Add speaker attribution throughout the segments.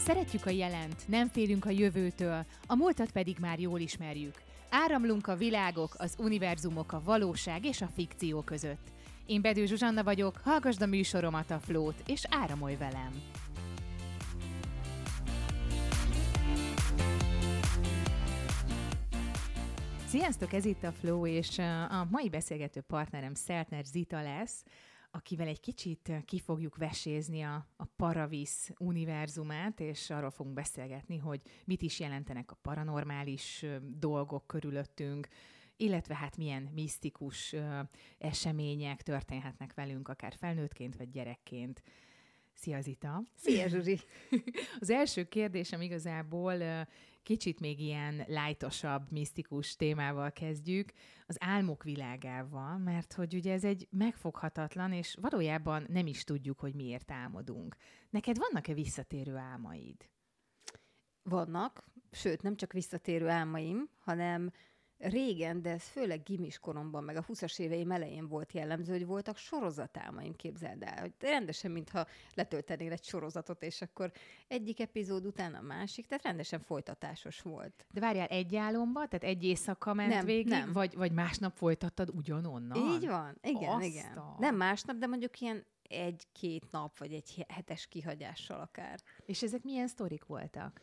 Speaker 1: Szeretjük a jelent, nem félünk a jövőtől, a múltat pedig már jól ismerjük. Áramlunk a világok, az univerzumok, a valóság és a fikció között. Én Bedő Zsuzsanna vagyok, hallgasd a műsoromat, a Flót, és áramolj velem! Sziasztok, ez itt a Flow, és a mai beszélgető partnerem Szeltner Zita lesz, akivel egy kicsit ki fogjuk vesézni a Paravisz univerzumát, és arról fogunk beszélgetni, hogy mit is jelentenek a paranormális dolgok körülöttünk, illetve hát milyen misztikus események történhetnek velünk, akár felnőttként vagy gyerekként. Szia, Zita!
Speaker 2: Szia, Zsuzsi!
Speaker 1: Az első kérdésem igazából kicsit még ilyen lightosabb, misztikus témával kezdjük, az álmok világával, mert hogy ugye ez egy megfoghatatlan, és valójában nem is tudjuk, hogy miért álmodunk. Neked vannak-e visszatérő álmaid?
Speaker 2: Vannak, sőt, nem csak visszatérő álmaim, hanem régen, de ez főleg gimis koromban, meg a 20-as éveim elején volt jellemző, hogy voltak sorozatálmaim, képzeld el. Hogy rendesen, mintha letöltenél egy sorozatot, és akkor egyik epizód után a másik, tehát rendesen folytatásos volt.
Speaker 1: De várjál, egy álomba, tehát egy éjszaka ment végig,
Speaker 2: nem.
Speaker 1: Vagy másnap folytattad ugyanonnan?
Speaker 2: Így van, igen. Nem másnap, de mondjuk ilyen 1-2 nap, vagy egy hetes kihagyással akár.
Speaker 1: És ezek milyen sztorik voltak?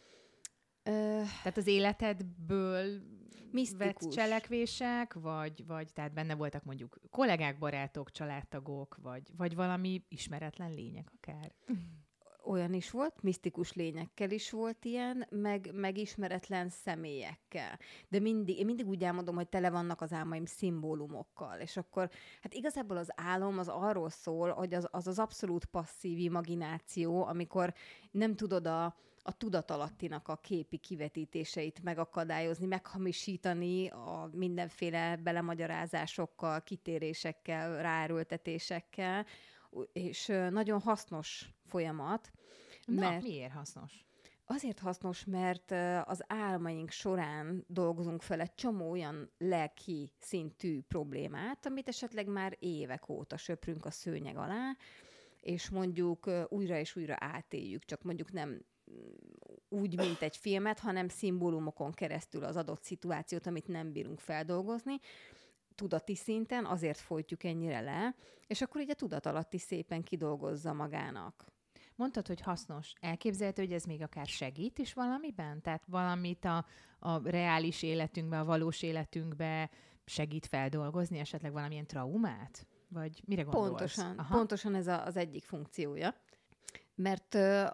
Speaker 1: Tehát az életedből vett cselekvések, vagy tehát benne voltak mondjuk kollégák, barátok, családtagok, vagy valami ismeretlen lények akár?
Speaker 2: Olyan is volt, misztikus lényekkel is volt ilyen, meg ismeretlen személyekkel. De én mindig úgy álmodom, hogy tele vannak az álmaim szimbólumokkal, és akkor hát igazából az álom az arról szól, hogy az abszolút passzív imagináció, amikor nem tudod a tudatalattinak a képi kivetítéseit megakadályozni, meghamisítani a mindenféle belemagyarázásokkal, kitérésekkel, ráerőltetésekkel, és nagyon hasznos folyamat.
Speaker 1: Miért hasznos?
Speaker 2: Azért hasznos, mert az álmaink során dolgozunk fel egy csomó olyan lelki szintű problémát, amit esetleg már évek óta söprünk a szőnyeg alá, és mondjuk újra és újra átéljük, csak mondjuk nem úgy, mint egy filmet, hanem szimbólumokon keresztül az adott szituációt, amit nem bírunk feldolgozni, tudati szinten, azért folytjuk ennyire le, és akkor így a tudatalatti szépen kidolgozza magának.
Speaker 1: Mondtad, hogy hasznos. Elképzelhető, hogy ez még akár segít is valamiben? Tehát valamit a reális életünkbe, a valós életünkbe segít feldolgozni, esetleg valamilyen traumát? Vagy mire gondolsz?
Speaker 2: Pontosan ez az egyik funkciója. Mert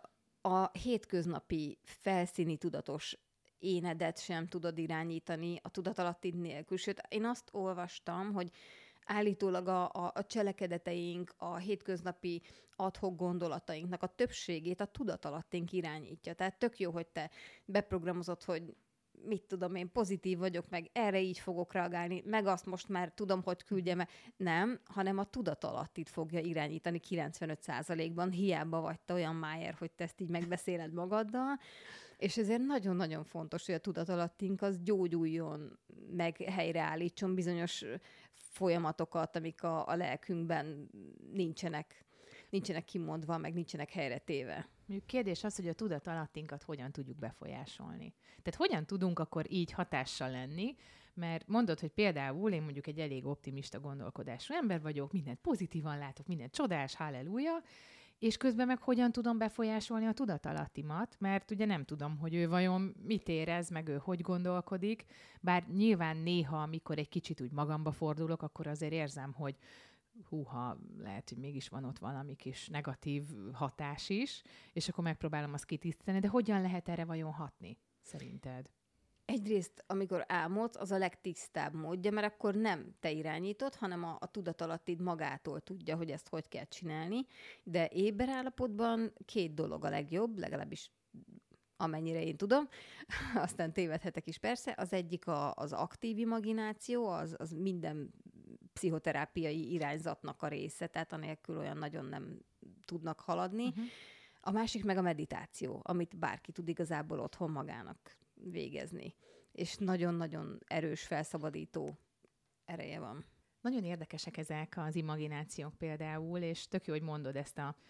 Speaker 2: a hétköznapi felszíni tudatos énedet sem tudod irányítani a tudatalattid nélkül. Sőt, én azt olvastam, hogy állítólag a cselekedeteink, a hétköznapi ad-hoc gondolatainknak a többségét a tudatalattink irányítja. Tehát tök jó, hogy te beprogramozott, hogy mit tudom én, pozitív vagyok, meg erre így fogok reagálni, meg azt most már tudom, hogy küldjem-e. Nem, hanem a tudatalattit fogja irányítani 95%-ban. Hiába vagy te olyan májer, hogy te ezt így megbeszéled magaddal. És ezért nagyon-nagyon fontos, hogy a tudatalattunk az gyógyuljon, meg helyreállítson bizonyos folyamatokat, amik a lelkünkben nincsenek kimondva, meg nincsenek helyretéve.
Speaker 1: Mondjuk kérdés az, hogy a tudatalattinkat hogyan tudjuk befolyásolni. Tehát hogyan tudunk akkor így hatással lenni, mert mondod, hogy például én mondjuk egy elég optimista gondolkodású ember vagyok, mindent pozitívan látok, mindent csodás, halleluja, és közben meg hogyan tudom befolyásolni a tudatalattimat, mert ugye nem tudom, hogy ő vajon mit érez, meg ő hogy gondolkodik, bár nyilván néha, amikor egy kicsit úgy magamba fordulok, akkor azért érzem, hogy húha, lehet, hogy mégis van ott valami kis negatív hatás is, és akkor megpróbálom azt kitisztítani, de hogyan lehet erre vajon hatni, szerinted?
Speaker 2: Egyrészt, amikor álmodsz, az a legtisztább módja, mert akkor nem te irányítod, hanem a tudatalattid magától tudja, hogy ezt hogy kell csinálni, de éber állapotban 2 dolog a legjobb, legalábbis amennyire én tudom, aztán tévedhetek is persze. Az egyik az aktív imagináció, az minden pszichoterápiai irányzatnak a része, tehát anélkül olyan nagyon nem tudnak haladni. Uh-huh. A másik meg a meditáció, amit bárki tud igazából otthon magának végezni. És nagyon-nagyon erős, felszabadító ereje van.
Speaker 1: Nagyon érdekesek ezek az imaginációk például, és tök jó, hogy mondod ezt a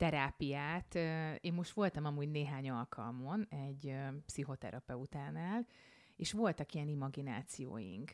Speaker 1: terápiát. Én most voltam amúgy néhány alkalmon egy pszichoterapeutánál, és voltak ilyen imaginációink.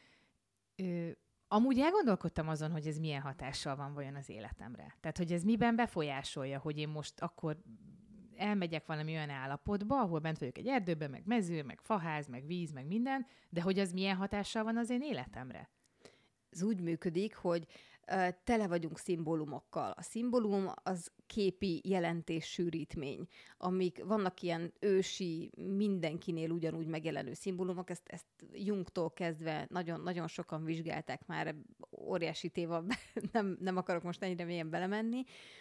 Speaker 1: Amúgy elgondolkodtam azon, hogy ez milyen hatással van vajon az életemre. Tehát, hogy ez miben befolyásolja, hogy én most akkor elmegyek valami olyan állapotba, ahol bent vagyok egy erdőben, meg mező, meg faház, meg víz, meg minden, de hogy az milyen hatással van az én életemre?
Speaker 2: Ez úgy működik, hogy tele vagyunk szimbólumokkal. A szimbólum az képi jelentéssűrítmény, amik vannak ilyen ősi, mindenkinél ugyanúgy megjelenő szimbólumok, ezt Jungtól kezdve nagyon, nagyon sokan vizsgálták már, óriási téva, nem akarok most ennyire mélyen belemenni,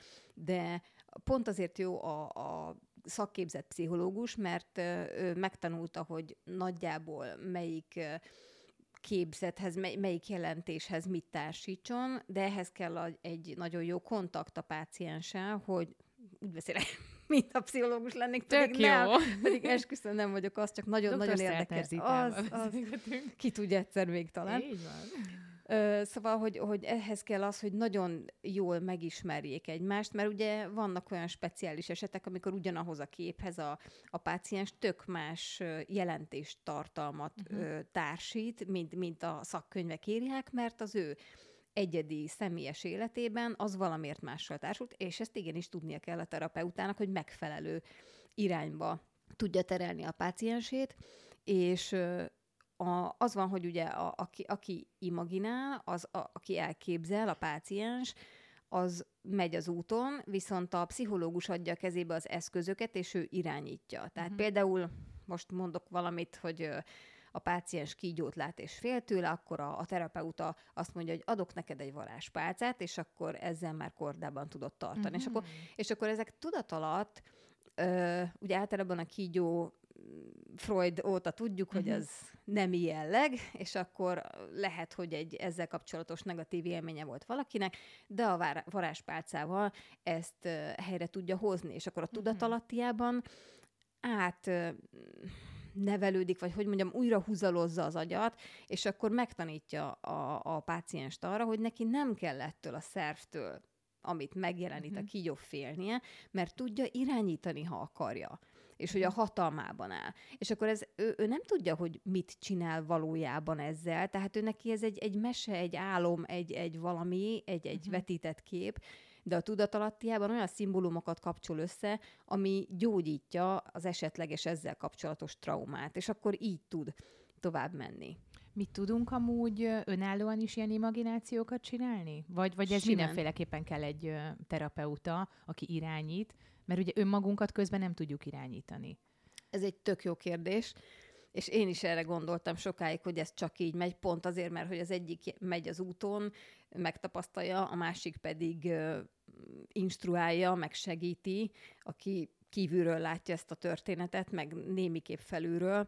Speaker 2: de pont azért jó a szakképzett pszichológus, mert ő megtanulta, hogy nagyjából melyik képzethez, melyik jelentéshez mit társítson, de ehhez kell egy nagyon jó kontakt a pácienssel, hogy úgy beszélek, mint a pszichológus lennék, pedig nem, pedig esküszöm nem vagyok, az csak nagyon-nagyon érdekes. Az ki tudja egyszer még talán.
Speaker 1: Így van.
Speaker 2: Szóval, hogy ehhez kell az, hogy nagyon jól megismerjék egymást, mert ugye vannak olyan speciális esetek, amikor ugyanahoz a képhez a páciens tök más jelentéstartalmat társít, mint a szakkönyvek írják, mert az ő egyedi, személyes életében az valamiért mással társult, és ezt igenis tudnia kell a terapeutának, hogy megfelelő irányba tudja terelni a páciensét, és az van, hogy ugye aki imaginál, aki elképzel, a páciens, az megy az úton, viszont a pszichológus adja a kezébe az eszközöket, és ő irányítja. Tehát például most mondok valamit, hogy a páciens kígyót lát és fél tőle, akkor a terapeuta azt mondja, hogy adok neked egy varázspálcát, és akkor ezzel már kordában tudod tartani. És akkor ezek tudat alatt, ugye általában a kígyó Freud óta tudjuk, hogy ez nemi jelleg, és akkor lehet, hogy ezzel kapcsolatos negatív élménye volt valakinek, de a varázspálcával ezt helyre tudja hozni, és akkor a tudatalattiában nevelődik, vagy hogy mondjam, újra húzalozza az agyat, és akkor megtanítja a pácienst arra, hogy neki nem kell ettől a szervtől, amit megjelenít a kígyó, félnie, mert tudja irányítani, ha akarja. És hogy a hatalmában áll. És akkor ő nem tudja, hogy mit csinál valójában ezzel, tehát ő neki ez egy mese, egy álom, egy valami, egy vetített kép, de a tudatalattiában olyan szimbólumokat kapcsol össze, ami gyógyítja az esetleges ezzel kapcsolatos traumát, és akkor így tud tovább menni.
Speaker 1: Mit tudunk amúgy önállóan is ilyen imaginációkat csinálni? Vagy ez mindenféleképpen kell egy terapeuta, aki irányít, mert ugye önmagunkat közben nem tudjuk irányítani.
Speaker 2: Ez egy tök jó kérdés, és én is erre gondoltam sokáig, hogy ez csak így megy, pont azért, mert hogy az egyik megy az úton, megtapasztalja, a másik pedig instruálja, meg segíti, aki kívülről látja ezt a történetet, meg némiképp felülről.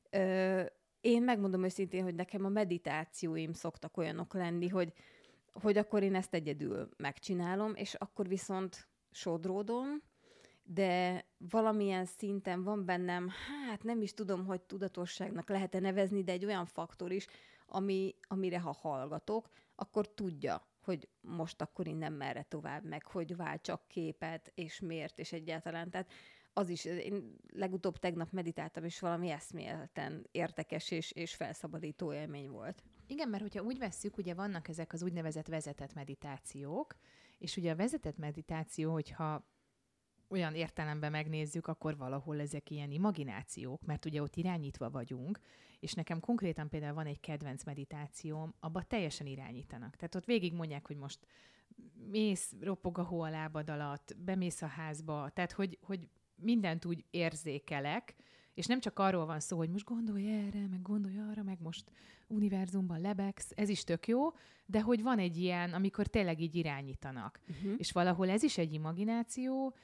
Speaker 2: Én megmondom őszintén, hogy nekem a meditációim szoktak olyanok lenni, hogy akkor én ezt egyedül megcsinálom, és akkor viszont sodródom, de valamilyen szinten van bennem, nem is tudom, hogy tudatosságnak lehet-e nevezni, de egy olyan faktor is, amire ha hallgatok, akkor tudja, hogy most akkor innen merre tovább, meg hogy váltsak képet, és miért, és egyáltalán. Tehát az is, én legutóbb tegnap meditáltam, és valami eszméletlen érdekes és felszabadító élmény volt.
Speaker 1: Igen, mert hogyha úgy vesszük, ugye vannak ezek az úgynevezett vezetett meditációk, és ugye a vezetett meditáció, hogyha olyan értelemben megnézzük, akkor valahol ezek ilyen imaginációk, mert ugye ott irányítva vagyunk, és nekem konkrétan például van egy kedvenc meditációm, abba teljesen irányítanak. Tehát ott végig mondják, hogy most mész, ropog a hó a lábad alatt, bemész a házba, tehát hogy mindent úgy érzékelek, és nem csak arról van szó, hogy most gondolj erre, meg gondolj arra, meg most univerzumban lebegsz, ez is tök jó, de hogy van egy ilyen, amikor tényleg így irányítanak. És valahol ez is egy imagináció,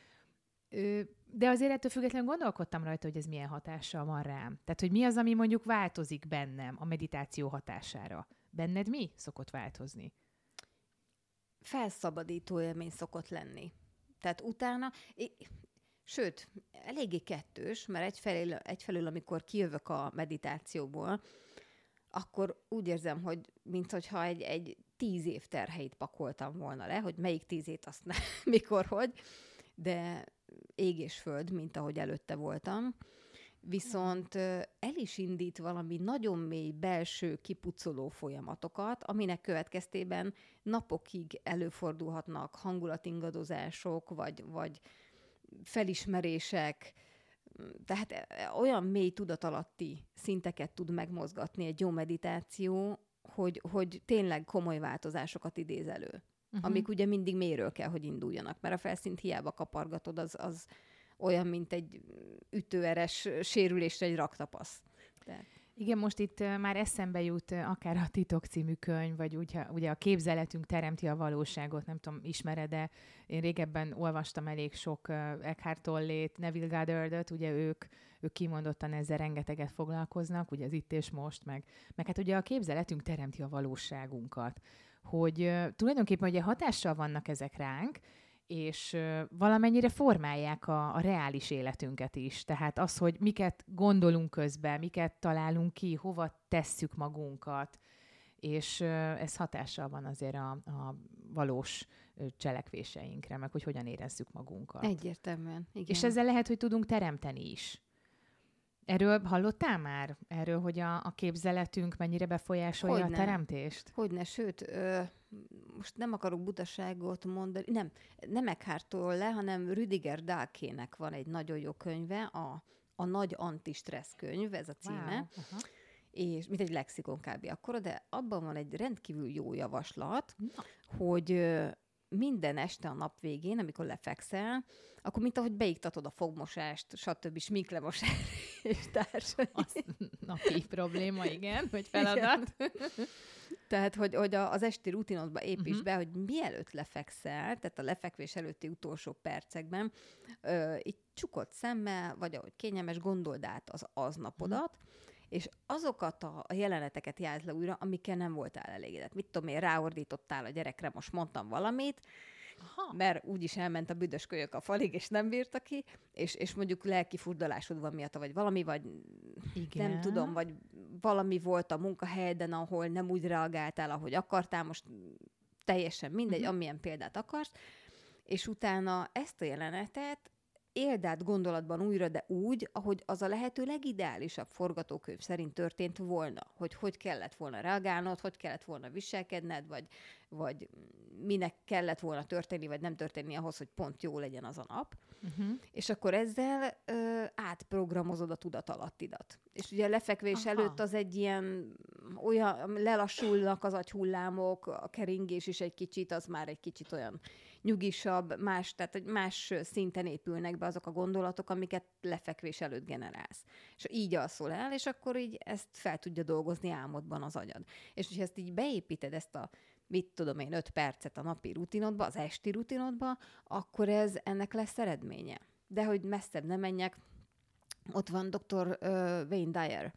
Speaker 1: de azért ettől függetlenül gondolkodtam rajta, hogy ez milyen hatással van rám. Tehát, hogy mi az, ami mondjuk változik bennem a meditáció hatására. Benned mi szokott változni?
Speaker 2: Felszabadító élmény szokott lenni. Tehát utána, sőt, eléggé kettős, mert egyfelől, amikor kijövök a meditációból, akkor úgy érzem, hogy minthogyha egy 10 év terheit pakoltam volna le, hogy melyik 10 azt mikor, hogy. de ég és föld, mint ahogy előtte voltam. Viszont el is indít valami nagyon mély belső kipucoló folyamatokat, aminek következtében napokig előfordulhatnak hangulatingadozások, vagy felismerések, tehát olyan mély tudatalatti szinteket tud megmozgatni egy jó meditáció, hogy tényleg komoly változásokat idéz elő. Amik ugye mindig mélyről kell, hogy induljanak, mert a felszínt hiába kapargatod, az olyan, mint egy ütőeres sérülésre egy raktapasz. Tehát.
Speaker 1: Igen, most itt már eszembe jut akár a Titok című könyv, vagy ugye a képzeletünk teremti a valóságot, nem tudom, ismered-e? Én régebben olvastam elég sok Eckhart Tollét, Neville Goddardot, ugye ők kimondottan ezzel rengeteget foglalkoznak, ugye az itt és most, meg hát ugye a képzeletünk teremti a valóságunkat, hogy tulajdonképpen ugye hatással vannak ezek ránk, és valamennyire formálják a reális életünket is. Tehát az, hogy miket gondolunk közben, miket találunk ki, hova tesszük magunkat, és ez hatással van azért a valós cselekvéseinkre, meg hogy hogyan érezzük magunkat.
Speaker 2: Egyértelműen, igen.
Speaker 1: És ezzel lehet, hogy tudunk teremteni is. Erről hallottál már? Erről, hogy a képzeletünk mennyire befolyásolja a teremtést?
Speaker 2: Hogyne, sőt, most nem akarok butaságot mondani, nem Eckhart Tolle, hanem Rüdiger Dahlkének van egy nagyon jó könyve, a Nagy Antistressz könyv, ez a címe, wow. És mint egy lexikon kb. Akkora, de abban van egy rendkívül jó javaslat, hogy minden este a nap végén, amikor lefekszel, akkor mint ahogy beiktatod a fogmosást, stb. Sminklemosás és társai. Az
Speaker 1: napi probléma, igen, vagy feladat.
Speaker 2: Igen. Tehát, hogy az esti rutinodba építs be, hogy mielőtt lefekszel, tehát a lefekvés előtti utolsó percekben, így csukott szemmel, vagy ahogy kényelmes, gondold át az aznapodat, és azokat a jeleneteket játsz le újra, amikkel nem voltál elégedett. Mit tudom én, ráordítottál a gyerekre, most mondtam valamit, mert úgyis elment a büdös kölyök a falig, és nem bírta ki, és mondjuk lelki furdalásod van miatt, vagy valami, vagy igen. Nem tudom, vagy valami volt a munkahelyeden, ahol nem úgy reagáltál, ahogy akartál, most teljesen mindegy, amilyen példát akarsz, és utána ezt a jelenetet éld át gondolatban újra, de úgy, ahogy az a lehető legideálisabb forgatókönyv szerint történt volna. Hogy kellett volna reagálnod, hogy kellett volna viselkedned, vagy minek kellett volna történni, vagy nem történni ahhoz, hogy pont jó legyen az a nap. És akkor ezzel átprogramozod a tudatalattidat. És ugye a lefekvés előtt az egy ilyen, olyan, lelassulnak az agyhullámok, a keringés is egy kicsit, az már egy kicsit olyan nyugisabb, tehát más szinten épülnek be azok a gondolatok, amiket lefekvés előtt generálsz. És így alszol el, és akkor így ezt fel tudja dolgozni álmodban az agyad. És hogyha ezt így beépíted, ezt a 5 percet a napi rutinodba, az esti rutinodba, akkor ennek lesz eredménye. De hogy messzebb nem menjek, ott van Dr. Wayne Dyer.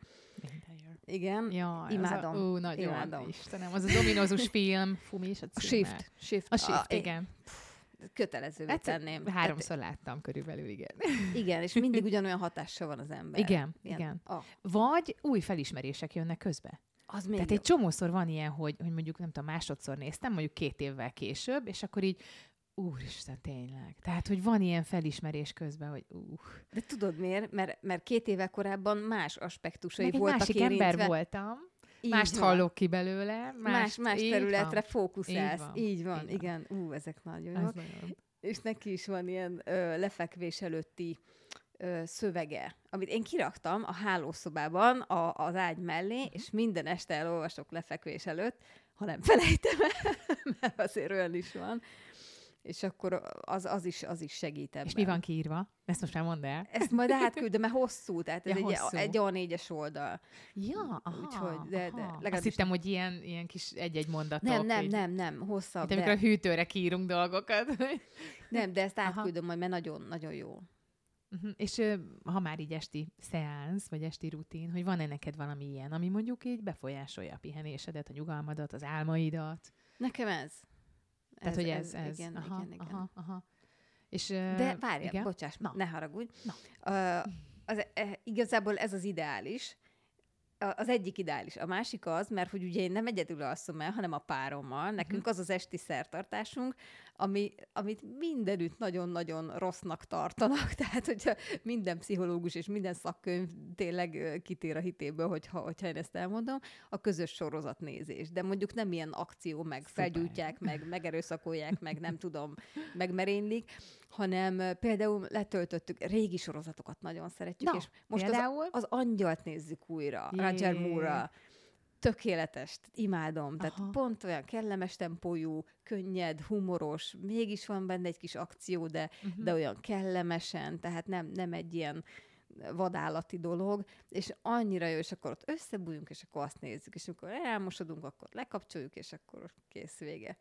Speaker 2: Igen,
Speaker 1: ja,
Speaker 2: imádom.
Speaker 1: Nagyon,
Speaker 2: imádom.
Speaker 1: Istenem, az ominózus film, mi is a címe?
Speaker 2: Shift.
Speaker 1: A Shift, igen.
Speaker 2: Kötelezővé tenném.
Speaker 1: 3-szor láttam körülbelül, igen.
Speaker 2: Igen, és mindig ugyanolyan hatással van az ember.
Speaker 1: Igen. Vagy új felismerések jönnek közbe.
Speaker 2: Az még
Speaker 1: Tehát egy csomószor van ilyen, hogy mondjuk nem tudom, másodszor néztem, mondjuk 2 évvel később, és akkor így úristen, tényleg. Tehát, hogy van ilyen felismerés közben, hogy
Speaker 2: De tudod miért? Mert 2 évvel korábban más aspektusai
Speaker 1: meg
Speaker 2: voltak
Speaker 1: másik
Speaker 2: érintve.
Speaker 1: ember voltam, mást hallok ki belőle.
Speaker 2: Más területre
Speaker 1: van.
Speaker 2: fókuszálsz. Így van, igen. Ezek nagyon jók. És neki is van ilyen lefekvés előtti szövege, amit én kiraktam a hálószobában az ágy mellé, és minden este elolvasok lefekvés előtt, ha nem felejtem el, mert azért olyan is van. És akkor az is segít ebben.
Speaker 1: És mi van kiírva? Ezt most már mondd el.
Speaker 2: Ezt majd átküldöm, mert hosszú, tehát ez egy A4-es oldal.
Speaker 1: Ja, aha.
Speaker 2: Úgyhogy, de legalábbis...
Speaker 1: Azt hittem, hogy ilyen kis egy-egy mondatok.
Speaker 2: Nem, hosszabb.
Speaker 1: De amikor a hűtőre kiírunk dolgokat.
Speaker 2: Nem, de ezt átküldöm majd, mert nagyon-nagyon jó.
Speaker 1: És ha már így esti szeánsz, vagy esti rutin, hogy van-e neked valami ilyen, ami mondjuk így befolyásolja a pihenésedet, a nyugalmadat, az álmaidat?
Speaker 2: Nekem ez.
Speaker 1: Tehát, hogy ez.
Speaker 2: Igen.
Speaker 1: Aha. És,
Speaker 2: de várjál, bocsáss, ne haragudj. Igazából ez az ideális. az egyik ideális. A másik az, mert hogy ugye én nem egyedül alszom el, hanem a párommal. Nekünk az az esti szertartásunk, amit mindenütt nagyon-nagyon rossznak tartanak. Tehát, hogyha minden pszichológus és minden szakkönyv tényleg kitér a hitéből, hogyha én ezt elmondom, a közös sorozatnézés. De mondjuk nem ilyen akció, meg felgyújtják, meg megerőszakolják, meg nem tudom, megmerénylik, hanem például letöltöttük, régi sorozatokat nagyon szeretjük, és most az Angyalt nézzük újra, Roger Moore-ra. Tökéletes, imádom. Tehát pont olyan kellemes tempójú, könnyed, humoros, mégis van benne egy kis akció, de olyan kellemesen, tehát nem egy ilyen vadállati dolog, és annyira jó, és akkor ott összebújunk, és akkor azt nézzük, és amikor elmosodunk, akkor lekapcsoljuk, és akkor kész, vége.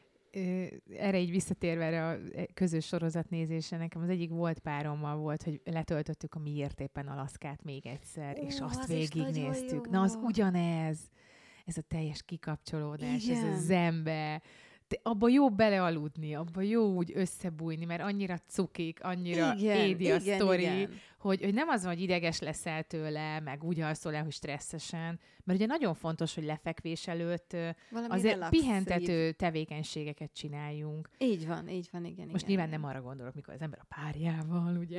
Speaker 1: Erre így visszatérve erre a közös sorozatnézésre, nekem az egyik volt párommal volt, hogy letöltöttük a Miért éppen Alaszkát még egyszer, és azt végignéztük. Na, az ugyanez, ez a teljes kikapcsolódás, ez a zenbe, abba jó belealudni, abba jó úgy összebújni, mert annyira cukik, annyira édi a sztori, hogy nem az van, hogy ideges leszel tőle, meg úgy alszol el, hogy stresszesen, mert ugye nagyon fontos, hogy lefekvés előtt azért pihentető tevékenységeket csináljunk.
Speaker 2: Így van, igen.
Speaker 1: Most nyilván nem arra gondolok, mikor az ember a párjával, ugye,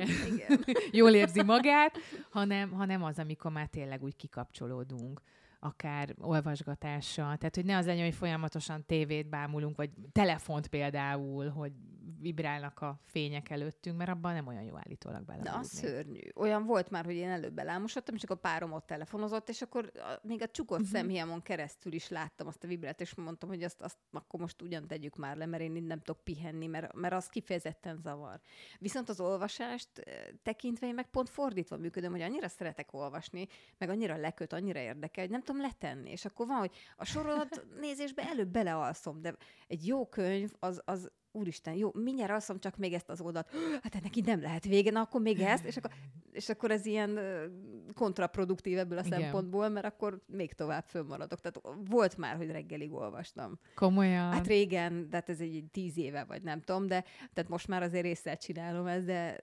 Speaker 1: jól érzi magát, hanem az, amikor már tényleg úgy kikapcsolódunk, akár olvasgatással. Tehát, hogy ne az legyen, hogy folyamatosan tévét bámulunk, vagy telefont például, hogy vibrálnak a fények előttünk, mert abban nem olyan jó állítólag bele.
Speaker 2: Na, szörnyű. Olyan volt már, hogy én előbb elámosodtam, és akkor a párom ott telefonozott, és akkor még a csukott szemhéjamon keresztül is láttam azt a vibrát, és mondtam, hogy azt akkor most ugyan tegyük már le, mert én nem tudok pihenni, mert az kifejezetten zavar. Viszont az olvasást tekintve én meg pont fordítva működöm, hogy annyira szeretek olvasni, meg annyira leköt, annyira érdekel, hogy nem tudom letenni. És akkor van, hogy a sorozat nézésbe előbb belealszom, de egy jó könyv az úristen, jó, mindjárt alszom csak még ezt az oldalt. Hát neki nem lehet vége, na akkor még ezt, és akkor ez ilyen kontraproduktív ebből a szempontból, mert akkor még tovább fönnmaradok. Tehát volt már, hogy reggelig olvastam.
Speaker 1: Komolyan?
Speaker 2: Hát régen, tehát ez egy 10 éve, vagy nem tudom, de tehát most már azért észre csinálom ezt, de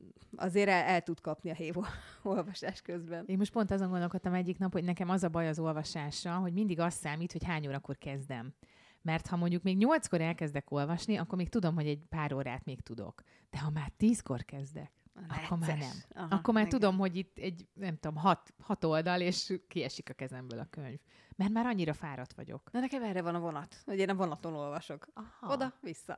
Speaker 2: azért el tud kapni a hév olvasás közben.
Speaker 1: Én most pont azon gondolkodtam egyik nap, hogy nekem az a baj az olvasással, hogy mindig azt számít, hogy hány órakor kezdem. Mert ha mondjuk még 8-kor elkezdek olvasni, akkor még tudom, hogy egy pár órát még tudok. De ha már 10-kor kezdek, akkor már nem.
Speaker 2: Aha,
Speaker 1: akkor már tudom, hogy itt egy, nem tudom, 6 oldal, és kiesik a kezemből a könyv. Mert már annyira fáradt vagyok.
Speaker 2: De nekem erre van a vonat, hogy én a vonaton olvasok. Aha. Oda-vissza.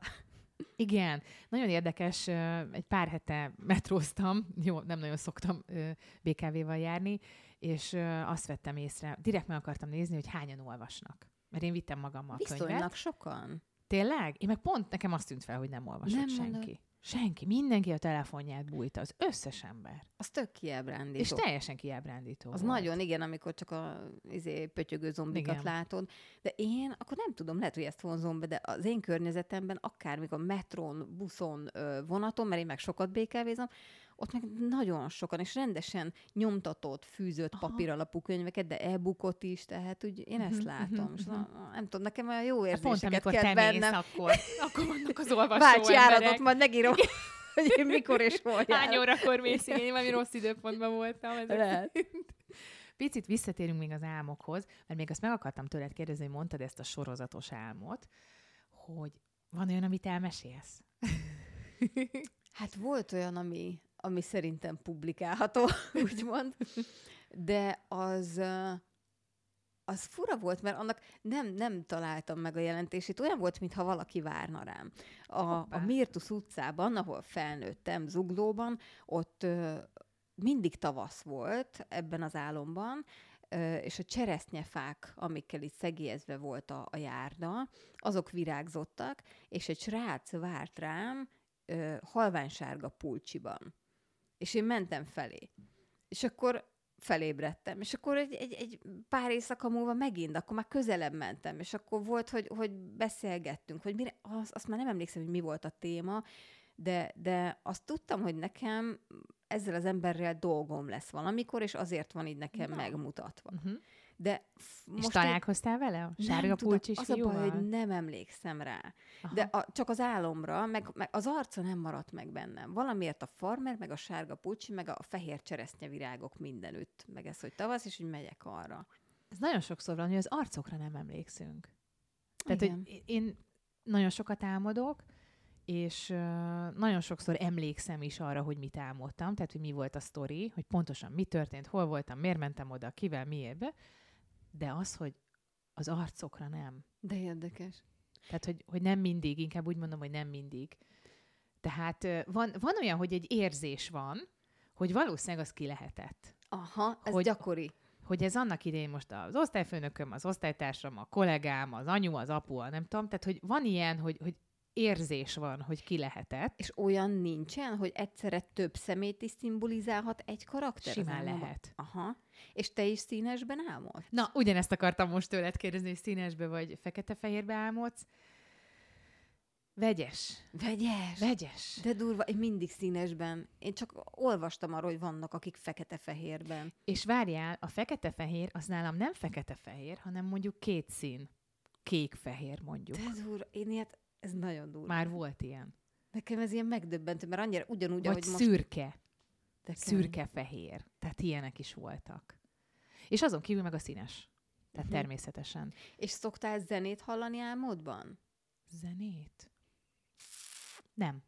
Speaker 1: Igen. Nagyon érdekes, egy pár hete metróztam, jó, nem nagyon szoktam BKV-val járni, és azt vettem észre, direkt meg akartam nézni, hogy hányan olvasnak. Mert én vittem magammal a könyvet.
Speaker 2: Viszonylag sokan.
Speaker 1: Tényleg? Én meg pont nekem azt tűnt fel, hogy nem olvasott senki. Mondod. Senki. Mindenki a telefonját bújta. Az összes ember.
Speaker 2: Az tök kiábrándító.
Speaker 1: És teljesen kiábrándító
Speaker 2: az
Speaker 1: volt.
Speaker 2: Nagyon, igen, amikor csak a pötyögő zombikat látod. De én, akkor nem tudom, lehet, hogy ezt vonzom be, de az én környezetemben, akármikor metrón, buszon, vonaton, mert én meg sokat BKV-zom, ott meg nagyon sokan, és rendesen nyomtatott, fűzött papíralapú könyveket, de e-bookot is, tehát úgy én ezt látom. És nem tudom, nekem olyan jó érzéseket kell bennem.
Speaker 1: Akkor vannak az olvasó
Speaker 2: Válts járatot, majd megírom, hogy én mikor és hol járok.
Speaker 1: Hány órakor mész, én valami rossz időpontban voltam. Picit visszatérünk még az álmokhoz, mert még azt meg akartam tőled kérdezni, hogy mondtad ezt a sorozatos álmot, hogy van olyan, amit elmesélsz?
Speaker 2: Hát volt olyan, ami szerintem publikálható, úgymond, de az fura volt, mert annak nem találtam meg a jelentését. Olyan volt, mintha valaki várna rám. A Myrtus utcában, ahol felnőttem, Zuglóban, ott mindig tavasz volt ebben az álomban, és a cseresznyefák, amikkel itt szegélyezve volt a járda, azok virágzottak, és egy srác várt rám halványsárga pulcsiban. És én mentem felé. És akkor felébredtem. És akkor egy pár éjszaka múlva megint, akkor már közelebb mentem. És akkor volt, hogy beszélgettünk, hogy mire, azt már nem emlékszem, hogy mi volt a téma, de azt tudtam, hogy nekem ezzel az emberrel dolgom lesz valamikor, és azért van így nekem megmutatva. De
Speaker 1: és találkoztál vele? A sárga pulcsis fiúval?
Speaker 2: Az a baj, hogy nem emlékszem rá. Aha. De csak az álomra, meg az arca nem maradt meg bennem. Valamiért a farmer, meg a sárga pulcsi, meg a fehér cseresznyevirágok mindenütt. Meg ez, hogy tavasz, és hogy megyek arra.
Speaker 1: Ez nagyon sokszor van, hogy az arcokra nem emlékszünk. Tehát, hogy én nagyon sokat álmodok, és nagyon sokszor emlékszem is arra, hogy mit álmodtam, tehát, hogy mi volt a sztori, hogy pontosan mi történt, hol voltam, miért mentem oda, kivel, miért, de az, hogy az arcokra nem.
Speaker 2: De érdekes.
Speaker 1: Tehát, hogy nem mindig, inkább úgy mondom, hogy nem mindig. Tehát van olyan, hogy egy érzés van, hogy valószínűleg az ki lehetett.
Speaker 2: Aha, ez gyakori.
Speaker 1: Hogy ez annak idején most az osztályfőnököm, az osztálytársam, a kollégám, az anyu, az apu, nem tudom, tehát, hogy van ilyen, hogy érzés van, hogy ki lehetett.
Speaker 2: És olyan nincsen, hogy egyszerre több szemét is szimbolizálhat egy karakter?
Speaker 1: Simán lehet.
Speaker 2: Aha. És te is színesben álmodsz?
Speaker 1: Na, ugyanezt akartam most tőled kérdezni, hogy színesbe vagy fekete-fehérbe álmodsz. Vegyes.
Speaker 2: De durva, én mindig színesben. Én csak olvastam arról, hogy vannak, akik fekete-fehérben.
Speaker 1: És várjál, a fekete-fehér az nálam nem fekete-fehér, hanem mondjuk két szín. Kék-fehér mondjuk.
Speaker 2: De durva, ez nagyon durva.
Speaker 1: Már volt ilyen.
Speaker 2: Nekem ez ilyen megdöbbentő, mert annyira ugyanúgy,
Speaker 1: vagy
Speaker 2: ahogy most...
Speaker 1: szürke. Szürke-fehér. Tehát ilyenek is voltak. És azon kívül meg a színes. Tehát természetesen.
Speaker 2: És szoktál zenét hallani álmodban?
Speaker 1: Zenét? Nem.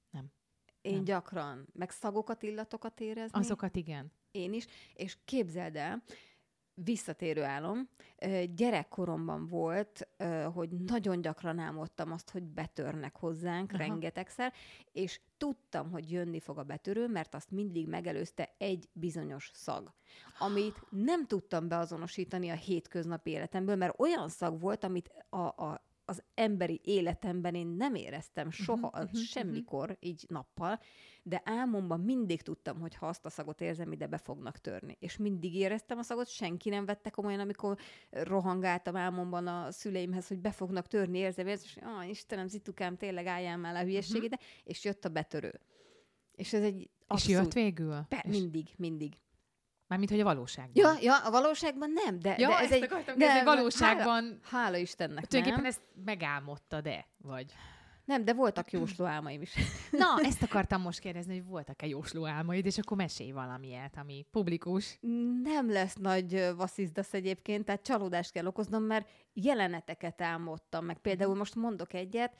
Speaker 2: Én gyakran. Meg szagokat, illatokat érezni?
Speaker 1: Azokat igen.
Speaker 2: Én is. És képzeld el, visszatérő álom, gyerekkoromban volt, hogy nagyon gyakran álmodtam azt, hogy betörnek hozzánk rengetegszer, és tudtam, hogy jönni fog a betörő, mert azt mindig megelőzte egy bizonyos szag, amit nem tudtam beazonosítani a hétköznapi életemből, mert olyan szag volt, amit az emberi életemben én nem éreztem soha, semmikor, így nappal, de álmomban mindig tudtam, hogy ha azt a szagot érzem, ide be fognak törni. És mindig éreztem a szagot, senki nem vette komolyan, amikor rohangáltam álmomban a szüleimhez, hogy be fognak törni, és Istenem, Zitukám, tényleg álljál már a hülyeség ide, és jött a betörő. És ez egy abszolút...
Speaker 1: És jött végül?
Speaker 2: Mindig.
Speaker 1: Mármint, hogy a valóságban.
Speaker 2: Ja, a valóságban nem, de
Speaker 1: ez egy... akartam kérdezni, valóságban...
Speaker 2: Hála Istennek,
Speaker 1: tulajdonképpen ezt megálmodtad-e? Vagy...
Speaker 2: Nem, de voltak jósló álmaim is.
Speaker 1: Na, ezt akartam most kérdezni, hogy voltak-e jósló álmaid, és akkor mesélj valamilyet, ami publikus.
Speaker 2: Nem lesz nagy vasszizdasz egyébként, tehát csalódást kell okoznom, mert jeleneteket álmodtam, meg például most mondok egyet,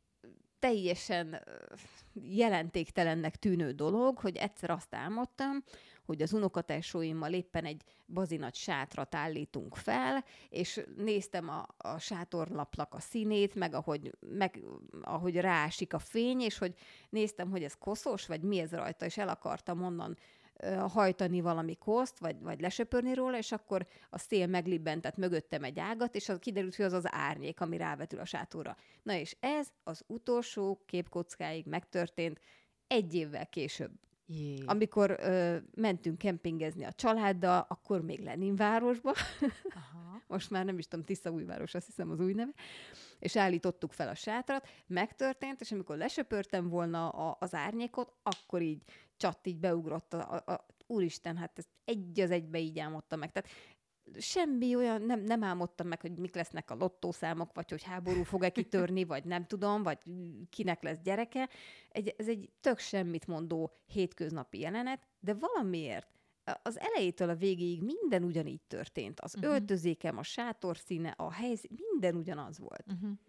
Speaker 2: teljesen jelentéktelennek tűnő dolog, hogy egyszer azt álmodtam, hogy az unokatesóimmal éppen egy bazinagy sátrat állítunk fel, és néztem a sátorlapnak a színét, meg ahogy ráesik a fény, és hogy néztem, hogy ez koszos, vagy mi ez rajta, és el akartam onnan hajtani valami koszt, vagy lesöpörni róla, és akkor a szél meglibbentett mögöttem egy ágat, és az kiderült, hogy az az árnyék, ami rávetül a sátorra. Na és ez az utolsó képkockáig megtörtént 1 évvel később.
Speaker 1: Jé.
Speaker 2: Amikor mentünk kempingezni a családdal, akkor még Leninvárosba, most már nem is tudom, Tiszaújváros, azt hiszem az új neve, és állítottuk fel a sátrat, megtörtént, és amikor lesöpörtem volna az árnyékot, akkor így így beugrott úristen, hát ezt egy az egybe így álmodtam meg. Tehát semmi olyan, nem álmodtam meg, hogy mik lesznek a lottószámok, vagy hogy háború fog-e kitörni, vagy nem tudom, vagy kinek lesz gyereke. Ez egy tök semmit mondó hétköznapi jelenet, de valamiért az elejétől a végéig minden ugyanígy történt. Az öltözékem, a sátorszíne, a helyzet, minden ugyanaz volt.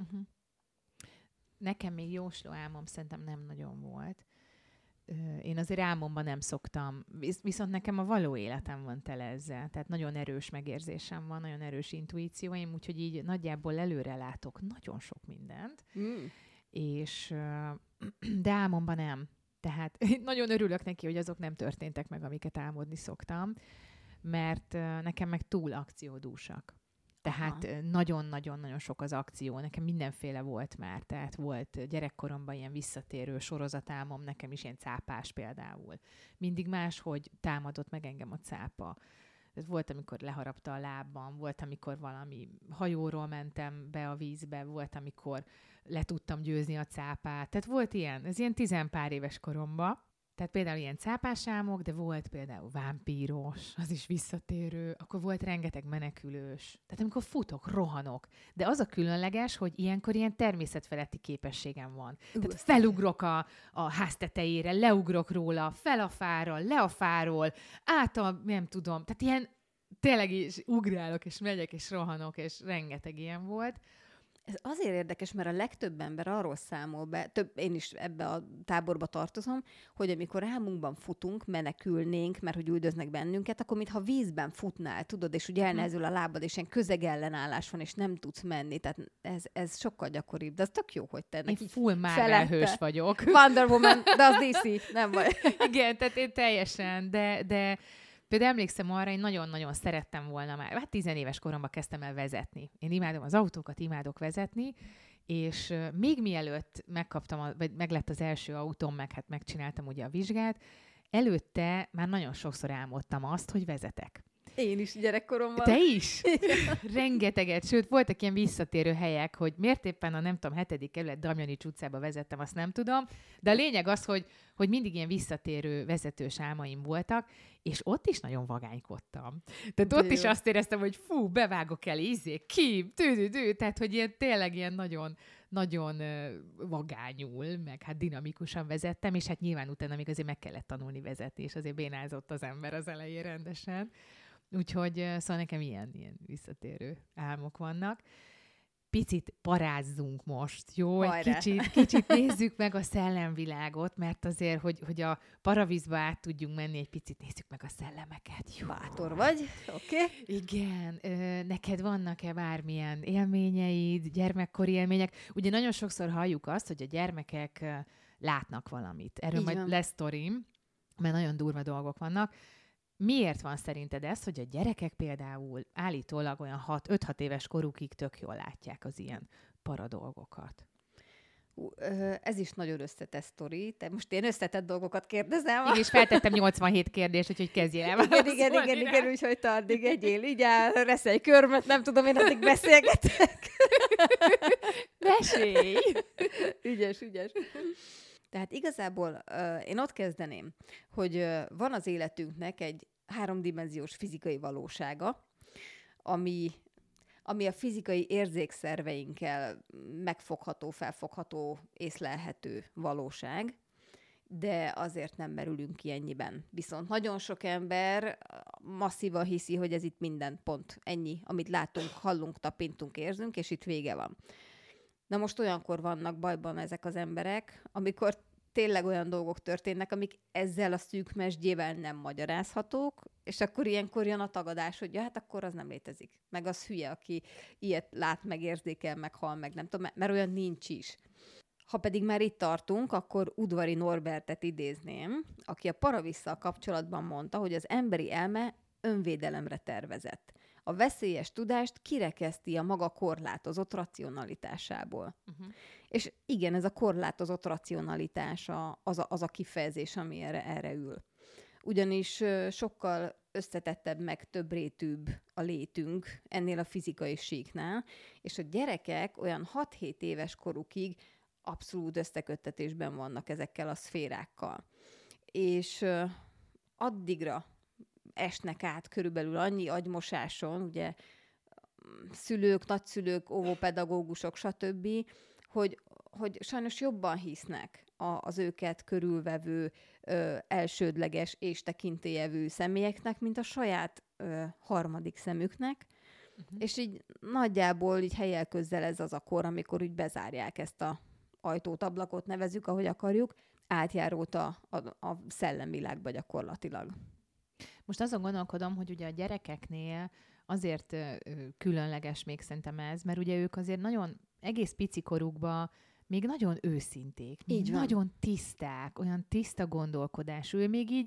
Speaker 1: Nekem még jósló álmom szerintem nem nagyon volt. Én azért álmomban nem szoktam, viszont nekem a való életem van tele ezzel, tehát nagyon erős megérzésem van, nagyon erős intuícióim, úgyhogy így nagyjából előre látok nagyon sok mindent, és de álmomban nem. Tehát nagyon örülök neki, hogy azok nem történtek meg, amiket álmodni szoktam, mert nekem meg túl akciódúsak. Tehát nagyon-nagyon-nagyon sok az akció. Nekem mindenféle volt már. Tehát volt gyerekkoromban ilyen visszatérő sorozatálmom, nekem is ilyen cápás például. Mindig máshogy támadott meg engem a cápa. Volt, amikor leharapta a lábam, volt, amikor valami hajóról mentem be a vízbe, volt, amikor le tudtam győzni a cápát. Tehát volt ilyen, ez ilyen 10 pár éves koromban. Tehát például ilyen cápás álmok, de volt például vámpíros, az is visszatérő, akkor volt rengeteg menekülős. Tehát amikor futok, rohanok. De az a különleges, hogy ilyenkor ilyen természetfeletti képességem van. Tehát felugrok a ház tetejére, leugrok róla, fel a fára, le a fáról, át a, nem tudom, tehát ilyen tényleg is ugrálok, és megyek, és rohanok, és rengeteg ilyen volt.
Speaker 2: Ez azért érdekes, mert a legtöbb ember arról számol be, én is ebbe a táborba tartozom, hogy amikor álmunkban futunk, menekülnénk, mert hogy üldöznek bennünket, akkor mintha vízben futnál, tudod, és ugye elnehezül a lábad, és ilyen közegellenállás van, és nem tudsz menni. Tehát ez sokkal gyakoribb. De az tök jó, hogy te
Speaker 1: Én
Speaker 2: neki
Speaker 1: full Marvel-hős vagyok.
Speaker 2: Wonder Woman, de az DC, nem baj.
Speaker 1: Igen, tehát én teljesen, de például emlékszem arra, én nagyon-nagyon szerettem volna már. Hát 10 éves koromban kezdtem el vezetni. Én imádom az autókat, imádok vezetni, és még mielőtt megkaptam, vagy meglett az első autóm, meg hát megcsináltam ugye a vizsgát, előtte már nagyon sokszor álmodtam azt, hogy vezetek.
Speaker 2: Én is gyerekkoromban.
Speaker 1: Te is? Rengeteget. Sőt, voltak ilyen visszatérő helyek, hogy miért éppen a nem tudom, 7. kerület Damjanics utcába vezettem, azt nem tudom. De a lényeg az, hogy mindig ilyen visszatérő vezetős álmaim voltak, és ott is nagyon vagánykodtam. Tehát ott is azt éreztem, hogy fú, bevágok el, ki, tehát hogy ilyen, tényleg ilyen nagyon vagányul, meg hát dinamikusan vezettem, és hát nyilván utána még azért meg kellett tanulni vezetni, és azért bénázott az ember az elején rendesen. Úgyhogy szóval nekem ilyen visszatérő álmok vannak. Picit parázzunk most, jó? Egy kicsit nézzük meg a szellemvilágot, mert azért, hogy a paravízba át tudjunk menni, egy picit nézzük meg a szellemeket. Jó.
Speaker 2: Bátor vagy, oké.
Speaker 1: Igen. Neked vannak-e bármilyen élményeid, gyermekkori élmények? Ugye nagyon sokszor halljuk azt, hogy a gyermekek látnak valamit. Erről
Speaker 2: így
Speaker 1: majd
Speaker 2: van.
Speaker 1: lesz sztorim, mert nagyon durva dolgok vannak. Miért van szerinted ez, hogy a gyerekek például állítólag olyan 5-6 éves korukig tök jól látják az ilyen paradolgokat?
Speaker 2: Ez is nagyon összetett sztori. Te most én összetett dolgokat kérdezem.
Speaker 1: Igen, és feltettem 87 kérdést, úgyhogy kezdjél el válaszolni.
Speaker 2: Igen, úgyhogy te addig egyél, így áll, reszelj körmet, nem tudom, én addig beszélgetek.
Speaker 1: Mesélj!
Speaker 2: Ügyes. Tehát igazából én ott kezdeném, hogy van az életünknek egy 3-dimenziós fizikai valósága, ami a fizikai érzékszerveinkkel megfogható, felfogható, észlelhető valóság, de azért nem merülünk ki ennyiben. Viszont nagyon sok ember masszívan hiszi, hogy ez itt minden pont ennyi, amit látunk, hallunk, tapintunk, érzünk, és itt vége van. Na most olyankor vannak bajban ezek az emberek, amikor tényleg olyan dolgok történnek, amik ezzel a szűk mesdjével nem magyarázhatók, és akkor ilyenkor jön a tagadás, hogy ja, hát akkor az nem létezik. Meg az hülye, aki ilyet lát, meg érzékel, meg hal, meg nem tudom, mert olyan nincs is. Ha pedig már itt tartunk, akkor Udvari Norbertet idézném, aki a Paravisszal kapcsolatban mondta, hogy az emberi elme önvédelemre tervezett. A veszélyes tudást kirekeszti a maga korlátozott racionalitásából. És igen, ez a korlátozott racionalitása az a kifejezés, ami erre ül. Ugyanis sokkal összetettebb, meg többrétűbb a létünk ennél a fizikai síknál, és a gyerekek olyan 6-7 éves korukig abszolút összeköttetésben vannak ezekkel a szférákkal. És addigra esnek át körülbelül annyi agymosáson, ugye szülők, nagyszülők, óvópedagógusok, stb., hogy sajnos jobban hisznek az őket körülvevő elsődleges és tekintélyevő személyeknek, mint a saját harmadik szemüknek, és így nagyjából így helyel közel ez az a kor, amikor úgy bezárják ezt a ajtót, ablakot, nevezzük, ahogy akarjuk, átjárót a szellemvilágba gyakorlatilag.
Speaker 1: Most azon gondolkodom, hogy ugye a gyerekeknél azért különleges még szerintem ez, mert ugye ők azért nagyon egész pici korukban még nagyon őszinték, nagyon tiszták, olyan tiszta gondolkodású. Ő még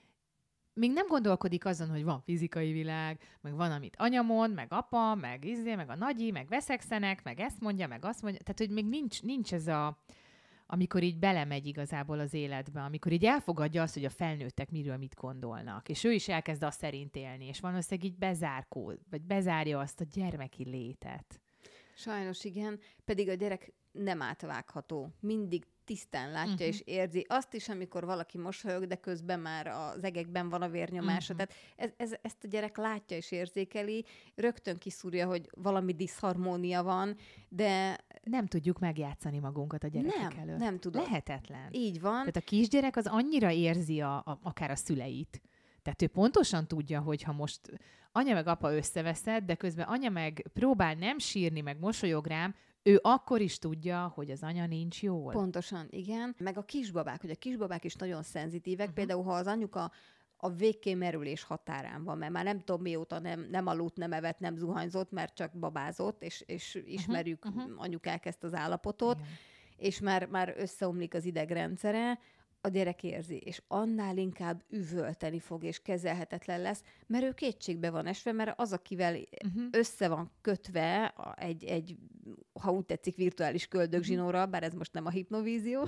Speaker 1: nem gondolkodik azon, hogy van fizikai világ, meg van, amit anya mond, meg apa, meg meg a nagyi, meg veszekszenek, meg ezt mondja, meg azt mondja. Tehát, hogy még nincs ez amikor így belemegy igazából az életbe, amikor így elfogadja azt, hogy a felnőttek miről mit gondolnak, és ő is elkezd azt szerint élni, és valószínűleg így bezárja azt a gyermeki létet.
Speaker 2: Sajnos igen, pedig a gyerek nem átvágható. Mindig tisztán látja és érzi. Azt is, amikor valaki mosolyog, de közben már az egekben van a vérnyomása. Tehát ezt a gyerek látja és érzékeli, rögtön kiszúrja, hogy valami diszharmónia van, de...
Speaker 1: Nem tudjuk megjátszani magunkat a gyerekek előtt.
Speaker 2: Nem tudom.
Speaker 1: Lehetetlen.
Speaker 2: Így van.
Speaker 1: Tehát a kisgyerek az annyira érzi akár a szüleit. Tehát ő pontosan tudja, hogy ha most anya meg apa összeveszed, de közben anya meg próbál nem sírni, meg mosolyog rám, ő akkor is tudja, hogy az anya nincs jól.
Speaker 2: Pontosan, igen. Meg a kisbabák, hogy a kisbabák is nagyon szenzitívek. Például, ha az anyuka a végkémerülés határán van, mert már nem tudom mióta nem aludt, nem evett, nem zuhanyzott, mert csak babázott, és ismerjük anyukák ezt az állapotot, igen. És már összeomlik az idegrendszere, a gyerek érzi, és annál inkább üvölteni fog, és kezelhetetlen lesz, mert ő kétségbe van esve, mert az, akivel össze van kötve egy, ha úgy tetszik, virtuális köldögzsinóra, bár ez most nem a hipnovízió,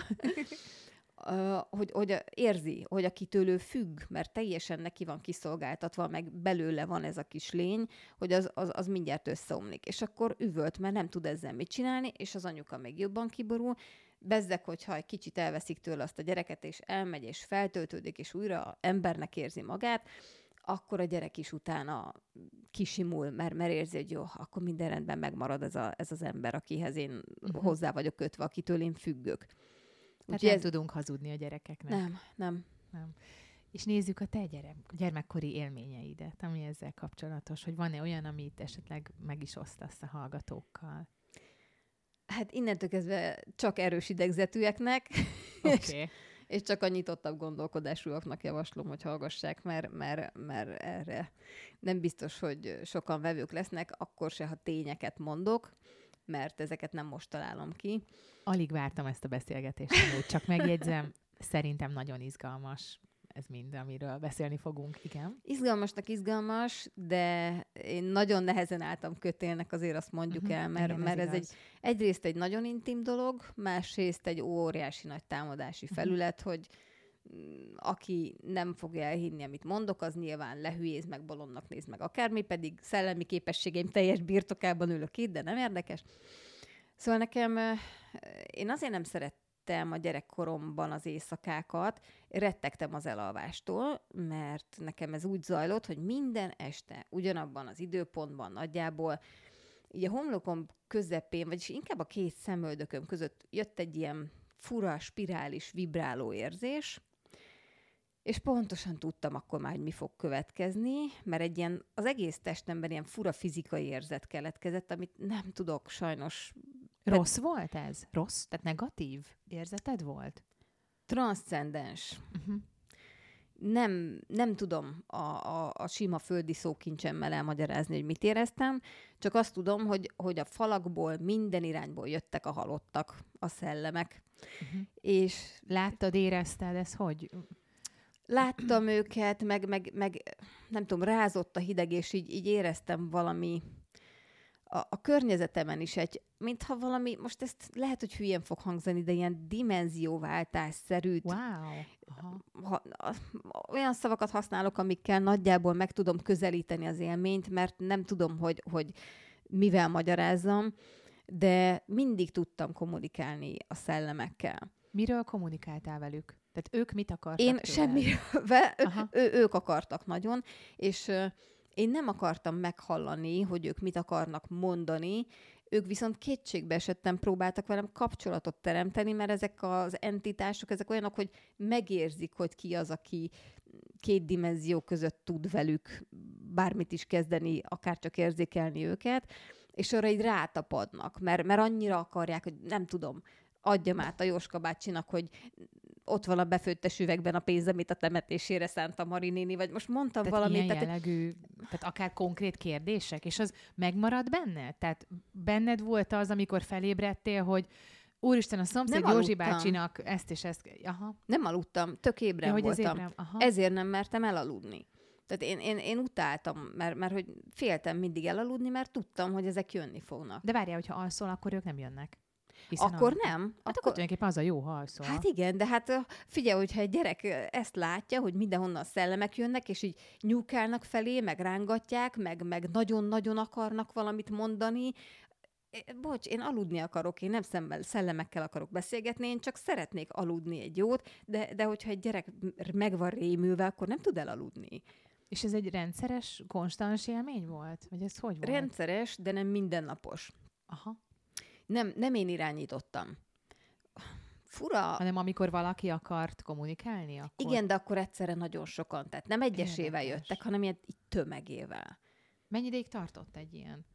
Speaker 2: hogy érzi, hogy akitől ő függ, mert teljesen neki van kiszolgáltatva, meg belőle van ez a kis lény, hogy az mindjárt összeomlik. És akkor üvölt, mert nem tud ezzel mit csinálni, és az anyuka még jobban kiborul. Bezzeg, hogyha egy kicsit elveszik tőle azt a gyereket, és elmegy, és feltöltődik, és újra embernek érzi magát, akkor a gyerek is utána kisimul, mert érzi, hogy jó, akkor minden rendben megmarad ez az ember, akihez én hozzá vagyok kötve, akitől én függök.
Speaker 1: Tehát nem tudunk hazudni a gyerekeknek.
Speaker 2: Nem.
Speaker 1: És nézzük a te gyermekkori élményeidet, ami ezzel kapcsolatos, hogy van-e olyan, amit esetleg meg is osztasz a hallgatókkal?
Speaker 2: Hát innentől kezdve csak erős idegzetűeknek, és csak a nyitottabb gondolkodásúaknak javaslom, hogy hallgassák, mert erre nem biztos, hogy sokan vevők lesznek, akkor se, ha tényeket mondok, mert ezeket nem most találom ki.
Speaker 1: Alig vártam ezt a beszélgetést, amúgy csak megjegyzem, szerintem nagyon izgalmas ez mind, amiről beszélni fogunk, igen.
Speaker 2: Izgalmas, de én nagyon nehezen álltam kötélnek, azért azt mondjuk el, mert ez egyrészt egy nagyon intim dolog, másrészt egy óriási nagy támadási felület, hogy aki nem fogja elhinni, amit mondok, az nyilván lehülyéz meg, bolondnak néz meg akármi, pedig szellemi képességeim teljes birtokában ülök itt, de nem érdekes. Szóval nekem, én azért nem szerettem a gyerekkoromban az éjszakákat, rettegtem az elalvástól, mert nekem ez úgy zajlott, hogy minden este ugyanabban az időpontban nagyjából így a homlokom közepén, vagyis inkább a két szemöldököm között jött egy ilyen fura, spirális, vibráló érzés, és pontosan tudtam akkor már, hogy mi fog következni, mert az egész testemben ilyen fura fizikai érzet keletkezett, amit nem tudok sajnos...
Speaker 1: Rossz volt ez? Rossz? Tehát negatív érzeted volt?
Speaker 2: Transzcendens. Nem tudom a sima földi szókincsemmel elmagyarázni, hogy mit éreztem, csak azt tudom, hogy a falakból, minden irányból jöttek a halottak, a szellemek. És
Speaker 1: láttad, érezted, ez hogy?
Speaker 2: Láttam őket, meg nem tudom, rázott a hideg, és így éreztem valami a környezetemen is mintha valami, most ezt lehet, hogy hülyén fog hangzani, de ilyen dimenzióváltásszerű.
Speaker 1: Wow.
Speaker 2: Olyan szavakat használok, amikkel nagyjából meg tudom közelíteni az élményt, mert nem tudom, hogy mivel magyarázzam, de mindig tudtam kommunikálni a szellemekkel.
Speaker 1: Miről kommunikáltál velük? Tehát ők mit akartak
Speaker 2: Én semmiről. Ők akartak nagyon, és én nem akartam meghallani, hogy ők mit akarnak mondani, ők viszont kétségbe esetten próbáltak velem kapcsolatot teremteni, mert ezek az entitások, ezek olyanok, hogy megérzik, hogy ki az, aki két dimenzió között tud velük bármit is kezdeni, akár csak érzékelni őket, és arra így rátapadnak, mert annyira akarják, hogy nem tudom, adjam át a Jóska bácsinak, hogy ott van a befőttes üvegben a pénz, amit a temetésére szánt a Mari néni, vagy most mondtam
Speaker 1: tehát
Speaker 2: valamit.
Speaker 1: Ilyen jellegű, tehát akár konkrét kérdések, és az megmarad benned? Tehát benned volt az, amikor felébredtél, hogy úristen, a szomszéd Józsi bácsinak ezt és ezt... Aha.
Speaker 2: Nem aludtam, tök ébren voltam. Ezért nem mertem elaludni. Tehát én utáltam, mert hogy féltem mindig elaludni, mert tudtam, hogy ezek jönni fognak.
Speaker 1: De várjál, hogyha alszol, akkor ők nem jönnek.
Speaker 2: Akkor nem.
Speaker 1: Hát akkor tulajdonképpen az a jó, ha alszol.
Speaker 2: Hát igen, de hát figyelj, hogyha egy gyerek ezt látja, hogy mindenhonnan szellemek jönnek, és így nyúkálnak felé, meg rángatják, meg nagyon-nagyon akarnak valamit mondani, bocs, én aludni akarok, én nem szellemekkel akarok beszélgetni, én csak szeretnék aludni egy jót, de hogyha egy gyerek meg van rémülve, akkor nem tud elaludni.
Speaker 1: És ez egy rendszeres, konstans élmény volt? Vagy ez hogy volt?
Speaker 2: Rendszeres, de nem mindennapos.
Speaker 1: Aha.
Speaker 2: Nem én irányítottam. Fura.
Speaker 1: Hanem amikor valaki akart kommunikálni, akkor...
Speaker 2: Igen, de akkor egyszerre nagyon sokan. Tehát nem egyesével jöttek, hanem ilyen tömegével.
Speaker 1: Mennyi ideig tartott egy ilyen?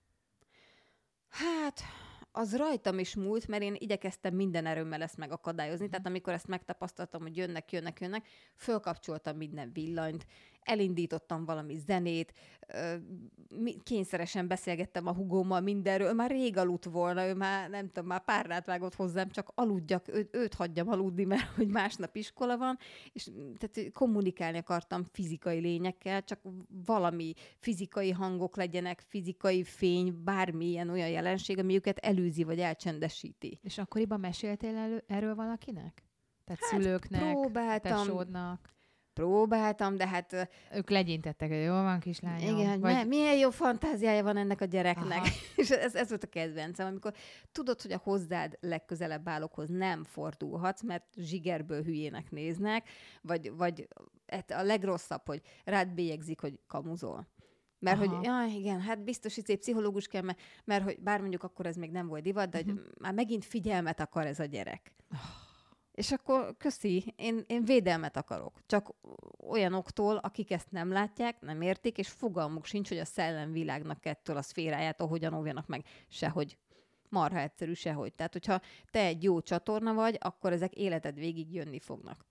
Speaker 2: Hát, az rajtam is múlt, mert én igyekeztem minden erőmmel ezt megakadályozni. Tehát amikor ezt megtapasztaltam, hogy jönnek, fölkapcsoltam minden villanyt, elindítottam valami zenét, kényszeresen beszélgettem a hugómmal mindenről, ő már rég aludt volna, ő már nem tudom, már párnát vágott hozzám, csak aludjak, őt hagyjam aludni, mert hogy másnap iskola van, és tehát kommunikálni akartam fizikai lényekkel, csak valami fizikai hangok legyenek, fizikai fény, bármilyen olyan jelenség, ami őket elűzi, vagy elcsendesíti.
Speaker 1: És akkoriban meséltél erről valakinek? Tehát szülőknek, tesódnak?
Speaker 2: Próbáltam, de hát...
Speaker 1: Ők legyintettek, hogy jól van, kislányom.
Speaker 2: Igen, vagy... milyen jó fantáziája van ennek a gyereknek. És ez volt a kedvencem, amikor tudod, hogy a hozzád legközelebb állókhoz nem fordulhatsz, mert zsigerből hülyének néznek, vagy a legrosszabb, hogy rád bélyegzik, hogy kamuzol. Mert hogy, igen, hát biztos, hogy pszichológus kell, mert hogy bár mondjuk akkor ez még nem volt divat, de már megint figyelmet akar ez a gyerek. És akkor köszi, én védelmet akarok. Csak olyanoktól, akik ezt nem látják, nem értik, és fogalmuk sincs, hogy a szellemvilágnak ettől a szférájától hogyan óvjanak meg. Sehogy. Marha egyszerű, sehogy. Tehát, hogyha te egy jó csatorna vagy, akkor ezek életed végig jönni fognak.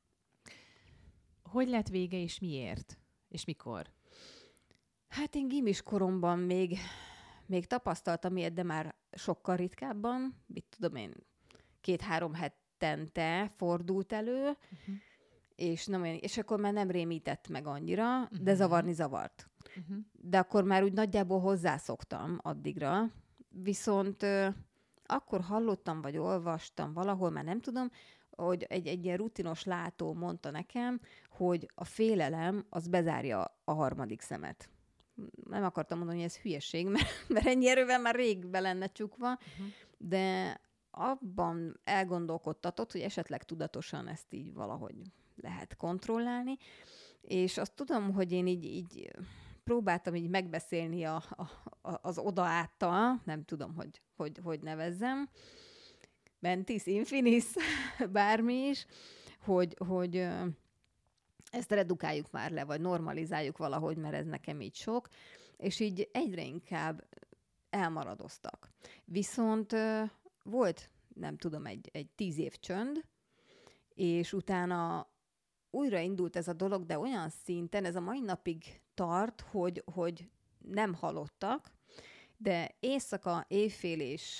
Speaker 1: Hogy lett vége, és miért? És mikor?
Speaker 2: Hát én gimis koromban még tapasztaltam ilyet, de már sokkal ritkábban. Mit tudom én, 2-3 hetente fordult elő, és akkor már nem rémített meg annyira, de zavarni zavart. De akkor már úgy nagyjából hozzászoktam addigra. Viszont akkor hallottam, vagy olvastam valahol, már nem tudom, hogy egy ilyen rutinos látó mondta nekem, hogy a félelem az bezárja a harmadik szemet. Nem akartam mondani, hogy ez hülyeség, mert ennyi erővel már rég be lenne csukva, de abban elgondolkodtatott, hogy esetleg tudatosan ezt így valahogy lehet kontrollálni, és azt tudom, hogy én így próbáltam így megbeszélni az odaáttal, nem tudom, hogy nevezzem, mentis, infinis, bármi is, hogy ezt redukáljuk már le, vagy normalizáljuk valahogy, mert ez nekem így sok, és így egyre inkább elmaradoztak. Viszont volt, nem tudom, egy 10 év csönd, és utána újra indult ez a dolog, de olyan szinten, ez a mai napig tart, hogy nem halottak, de éjszaka, éjfél és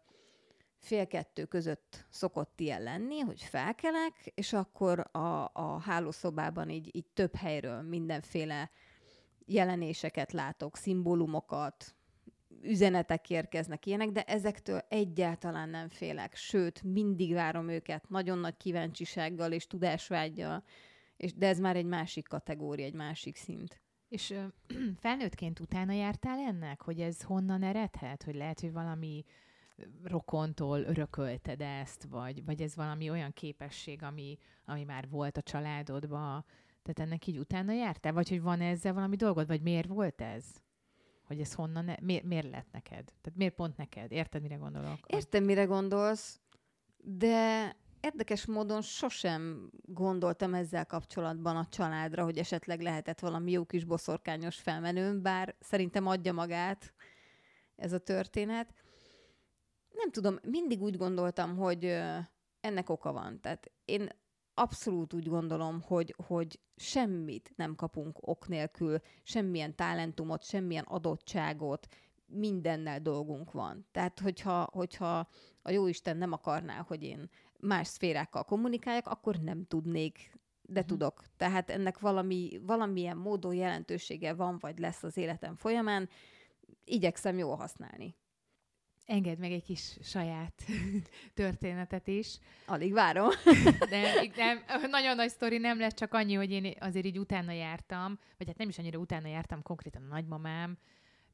Speaker 2: 1:30 között szokott ilyen lenni, hogy felkelek, és akkor a hálószobában így több helyről mindenféle jelenéseket látok, szimbólumokat, üzenetek érkeznek ilyenek, de ezektől egyáltalán nem félek. Sőt, mindig várom őket nagyon nagy kíváncsisággal és tudásvággyal, de ez már egy másik kategória, egy másik szint.
Speaker 1: És felnőttként utána jártál ennek, hogy ez honnan eredhet? Hogy lehet, hogy valami rokontól örökölted ezt, vagy ez valami olyan képesség, ami már volt a családodban, tehát ennek így utána jártál? Vagy hogy van ezzel valami dolgod? Vagy miért volt ez? Hogy ez honnan, miért lett neked? Tehát miért pont neked? Érted, mire gondolok?
Speaker 2: Értem, mire gondolsz, de érdekes módon sosem gondoltam ezzel kapcsolatban a családra, hogy esetleg lehetett valami jó kis boszorkányos felmenőm, bár szerintem adja magát ez a történet. Nem tudom, mindig úgy gondoltam, hogy ennek oka van. Tehát én abszolút úgy gondolom, hogy semmit nem kapunk ok nélkül, semmilyen talentumot, semmilyen adottságot, mindennel dolgunk van. Tehát, hogyha a jóisten nem akarná, hogy én más szférákkal kommunikáljak, akkor nem tudnék, de tudok. Tehát ennek valamilyen módon jelentősége van, vagy lesz az életem folyamán. Igyekszem jól használni.
Speaker 1: Engedd meg egy kis saját történetet is.
Speaker 2: Alig várom.
Speaker 1: De nagyon nagy sztori nem lett, csak annyi, hogy én azért így utána jártam, vagy hát nem is annyira utána jártam, konkrétan a nagymamám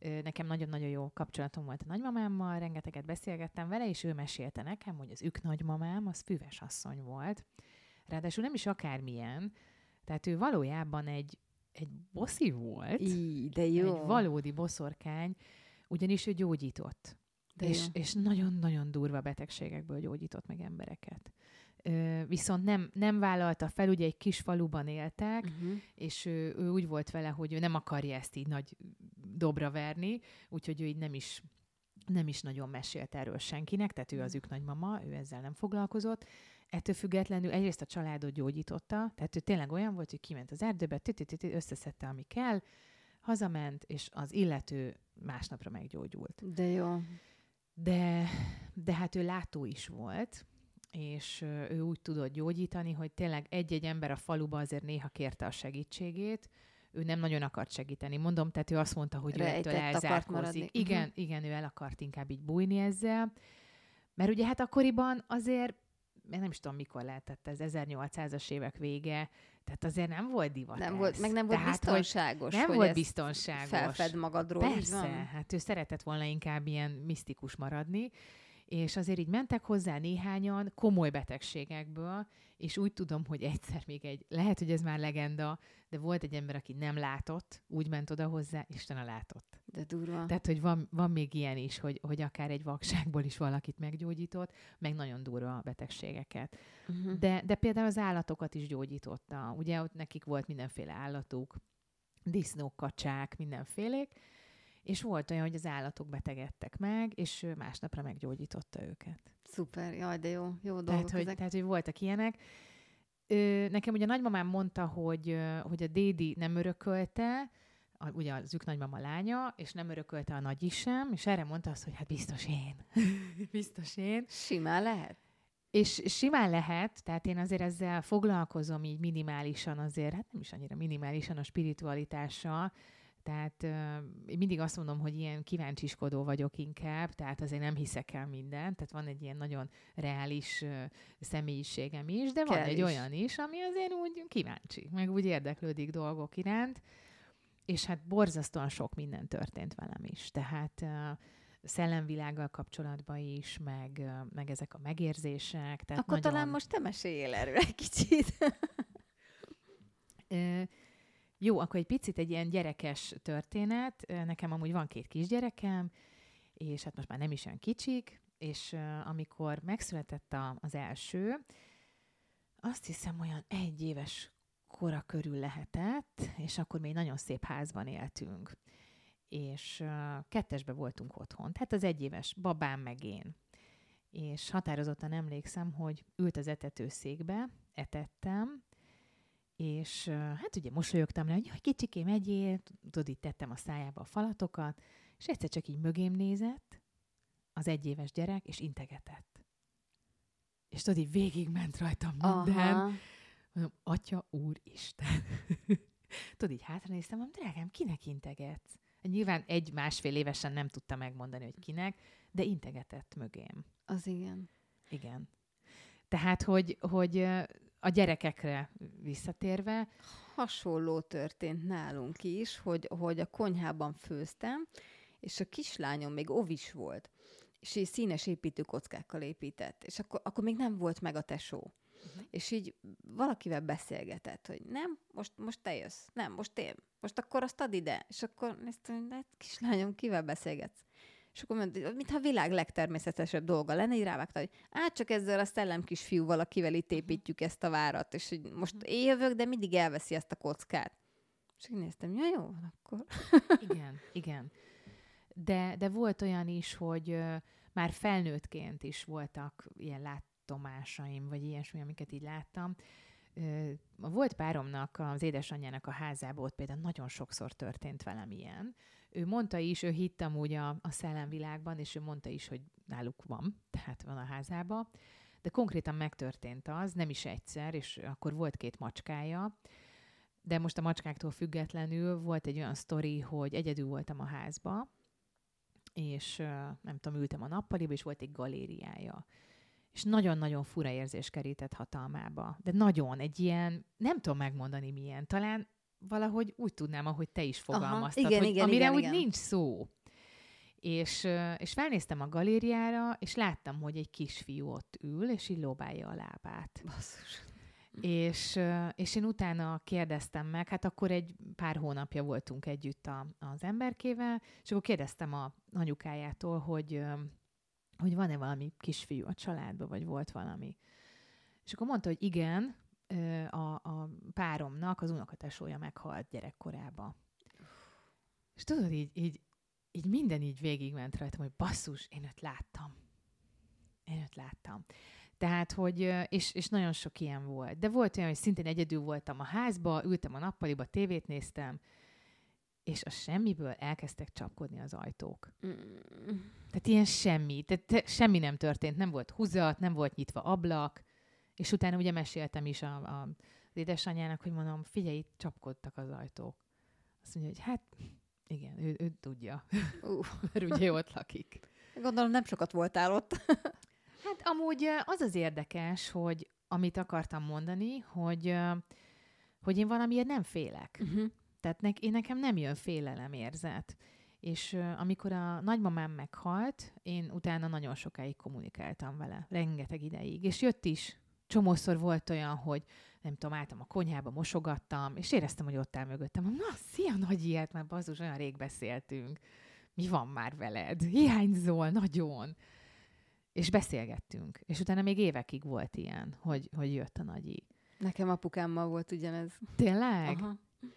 Speaker 1: Nekem nagyon-nagyon jó kapcsolatom volt a nagymamámmal, rengeteget beszélgettem vele, és ő mesélte nekem, hogy az nagymamám az füves asszony volt. Ráadásul nem is akármilyen, tehát ő valójában egy boszi volt.
Speaker 2: De jó.
Speaker 1: Egy valódi boszorkány, ugyanis ő gyógyított. És nagyon-nagyon durva betegségekből gyógyított meg embereket. Viszont nem vállalta fel, ugye egy kis faluban éltek, és ő úgy volt vele, hogy ő nem akarja ezt így nagy dobra verni, úgyhogy ő így nem is nagyon mesélt erről senkinek, tehát ő az nagymama, ő ezzel nem foglalkozott. Ettől függetlenül egyrészt a családot gyógyította, tehát ő tényleg olyan volt, hogy kiment az erdőbe, összeszedte, ami kell, hazament, és az illető másnapra meggyógyult.
Speaker 2: De jó.
Speaker 1: De hát ő látó is volt, és ő úgy tudott gyógyítani, hogy tényleg egy-egy ember a faluba azért néha kérte a segítségét, ő nem nagyon akart segíteni. Mondom, tehát ő azt mondta, hogy ő ettől elzárkózik. Igen, ő el akart inkább így bújni ezzel, mert ugye hát akkoriban azért, én nem is tudom, mikor lehetett ez, 1800-as évek vége, tehát azért nem volt divat
Speaker 2: nem volt biztonságos.
Speaker 1: Nem volt biztonságos.
Speaker 2: Felfed magadról.
Speaker 1: Persze, hát ő szeretett volna inkább ilyen misztikus maradni, és azért így mentek hozzá néhányan komoly betegségekből, és úgy tudom, hogy egyszer még lehet, hogy ez már legenda, de volt egy ember, aki nem látott, úgy ment oda hozzá, Isten látott.
Speaker 2: De durva.
Speaker 1: Tehát, hogy van még ilyen is, hogy akár egy vakságból is valakit meggyógyított, meg nagyon durva betegségeket. De például az állatokat is gyógyította. Ugye ott nekik volt mindenféle állatuk, disznók, kacsák, mindenfélék, és volt olyan, hogy az állatok betegedtek meg, és másnapra meggyógyította őket.
Speaker 2: Szuper, jaj, de jó dolgok ezek.
Speaker 1: Tehát, hogy voltak ilyenek. Nekem ugye a nagymamám mondta, hogy a dédi nem örökölte, ugye az nagymama lánya, és nem örökölte a nagyi sem, és erre mondta azt, hogy hát biztos én. Biztos én.
Speaker 2: Simán lehet.
Speaker 1: És simán lehet, tehát én azért ezzel foglalkozom így minimálisan azért, hát nem is annyira minimálisan a spiritualitással, tehát én mindig azt mondom, hogy ilyen kíváncsiskodó vagyok inkább, tehát azért nem hiszek el mindent, tehát van egy ilyen nagyon reális személyiségem is, de van egy olyan is, ami azért úgy kíváncsi, meg úgy érdeklődik dolgok iránt, és hát borzasztóan sok minden történt velem is, tehát szellemvilággal kapcsolatban is, meg ezek a megérzések. Tehát
Speaker 2: akkor talán most te meséljél erről egy kicsit.
Speaker 1: Jó, akkor egy picit egy ilyen gyerekes történet. Nekem amúgy van 2 kisgyerekem, és hát most már nem is olyan kicsik, és amikor megszületett az első, azt hiszem olyan 1 éves kora körül lehetett, és akkor még nagyon szép házban éltünk. És 2-esbe voltunk otthon, tehát az 1 éves babám meg én. És határozottan emlékszem, hogy ült az etetőszékbe, etettem, és hát ugye mosolyogtam rá, hogy kicsikém, egyél, tudod, így tettem a szájába a falatokat, és egyszer csak így mögém nézett az 1 éves gyerek, és integetett. És tudod, így végigment rajtam minden. Mondom, Atya Úristen. Tudod, így hátranéztem, mondom, drágám, kinek integetsz? Nyilván 1-1,5 évesen nem tudta megmondani, hogy kinek, de integetett mögém.
Speaker 2: Az igen.
Speaker 1: Igen. Tehát, hogy a gyerekekre visszatérve.
Speaker 2: Hasonló történt nálunk is, hogy a konyhában főztem, és a kislányom még ovis volt, és így színes építőkockákkal épített, és akkor még nem volt meg a tesó. És így valakivel beszélgetett, hogy nem, most te jössz, nem, most én, most akkor azt add ide. És akkor néztem, de kislányom, kivel beszélgetsz? És akkor mondta, mintha a világ legtermészetesebb dolga lenne, így rávágta, hogy csak ezzel a szellem kisfiúval, akivel itt építjük ezt a várat, és hogy most én jövök, de mindig elveszi ezt a kockát. És így néztem, jó, van akkor.
Speaker 1: Igen. De volt olyan is, hogy már felnőttként is voltak ilyen látomásaim, vagy ilyesmi, amiket így láttam. Volt páromnak, az édesanyjának a házából például nagyon sokszor történt velem ilyen. Ő mondta is, ő hitt amúgy a szellemvilágban, és ő mondta is, hogy náluk van, tehát van a házában. De konkrétan megtörtént az, nem is egyszer, és akkor volt 2 macskája, de most a macskáktól függetlenül volt egy olyan sztori, hogy egyedül voltam a házba, és nem tudom, ültem a nappaliba, és volt egy galériája. És nagyon-nagyon fura érzés kerített hatalmába. De nagyon, egy ilyen, nem tudom megmondani milyen, talán valahogy úgy tudnám, ahogy te is fogalmaztad,
Speaker 2: igen,
Speaker 1: hogy
Speaker 2: igen,
Speaker 1: amire
Speaker 2: igen,
Speaker 1: úgy
Speaker 2: igen.
Speaker 1: nincs szó. És felnéztem a galériára, és láttam, hogy egy kisfiú ott ül, és így lóbálja a lábát.
Speaker 2: Basszus.
Speaker 1: És én utána kérdeztem meg, hát akkor egy pár hónapja voltunk együtt az emberkével, és akkor kérdeztem a anyukájától, hogy van-e valami kisfiú a családban, vagy volt valami. És akkor mondta, hogy igen, a páromnak az unokatesója meghalt gyerekkorában. És tudod, így minden így végigment rajtam, hogy basszus, én őt láttam. Tehát, hogy, és nagyon sok ilyen volt. De volt olyan, hogy szintén egyedül voltam a házba, ültem a nappaliba, tévét néztem, és a semmiből elkezdtek csapkodni az ajtók. Tehát ilyen semmi. Tehát semmi nem történt. Nem volt húzat, nem volt nyitva ablak, és utána ugye meséltem is az édesanyjának, hogy mondom, figyelj, itt csapkodtak az ajtók. Azt mondja, hogy hát igen, ő tudja. Mert ugye ott lakik.
Speaker 2: Gondolom nem sokat voltál ott.
Speaker 1: Hát amúgy az érdekes, hogy amit akartam mondani, hogy én valamiért nem félek. Tehát nekem nem jön félelemérzet. És amikor a nagymamám meghalt, én utána nagyon sokáig kommunikáltam vele. Rengeteg ideig. És jött is. Csomószor volt olyan, hogy nem tudom, álltam a konyhába, mosogattam, és éreztem, hogy ott áll mögöttem. Na, szia, nagy ilyet, már basszus, olyan rég beszéltünk. Mi van már veled? Hiányzol, nagyon. És beszélgettünk. És utána még évekig volt ilyen, hogy jött a nagyi.
Speaker 2: Nekem apukámmal volt ugyanez.
Speaker 1: Tényleg?
Speaker 2: Aha.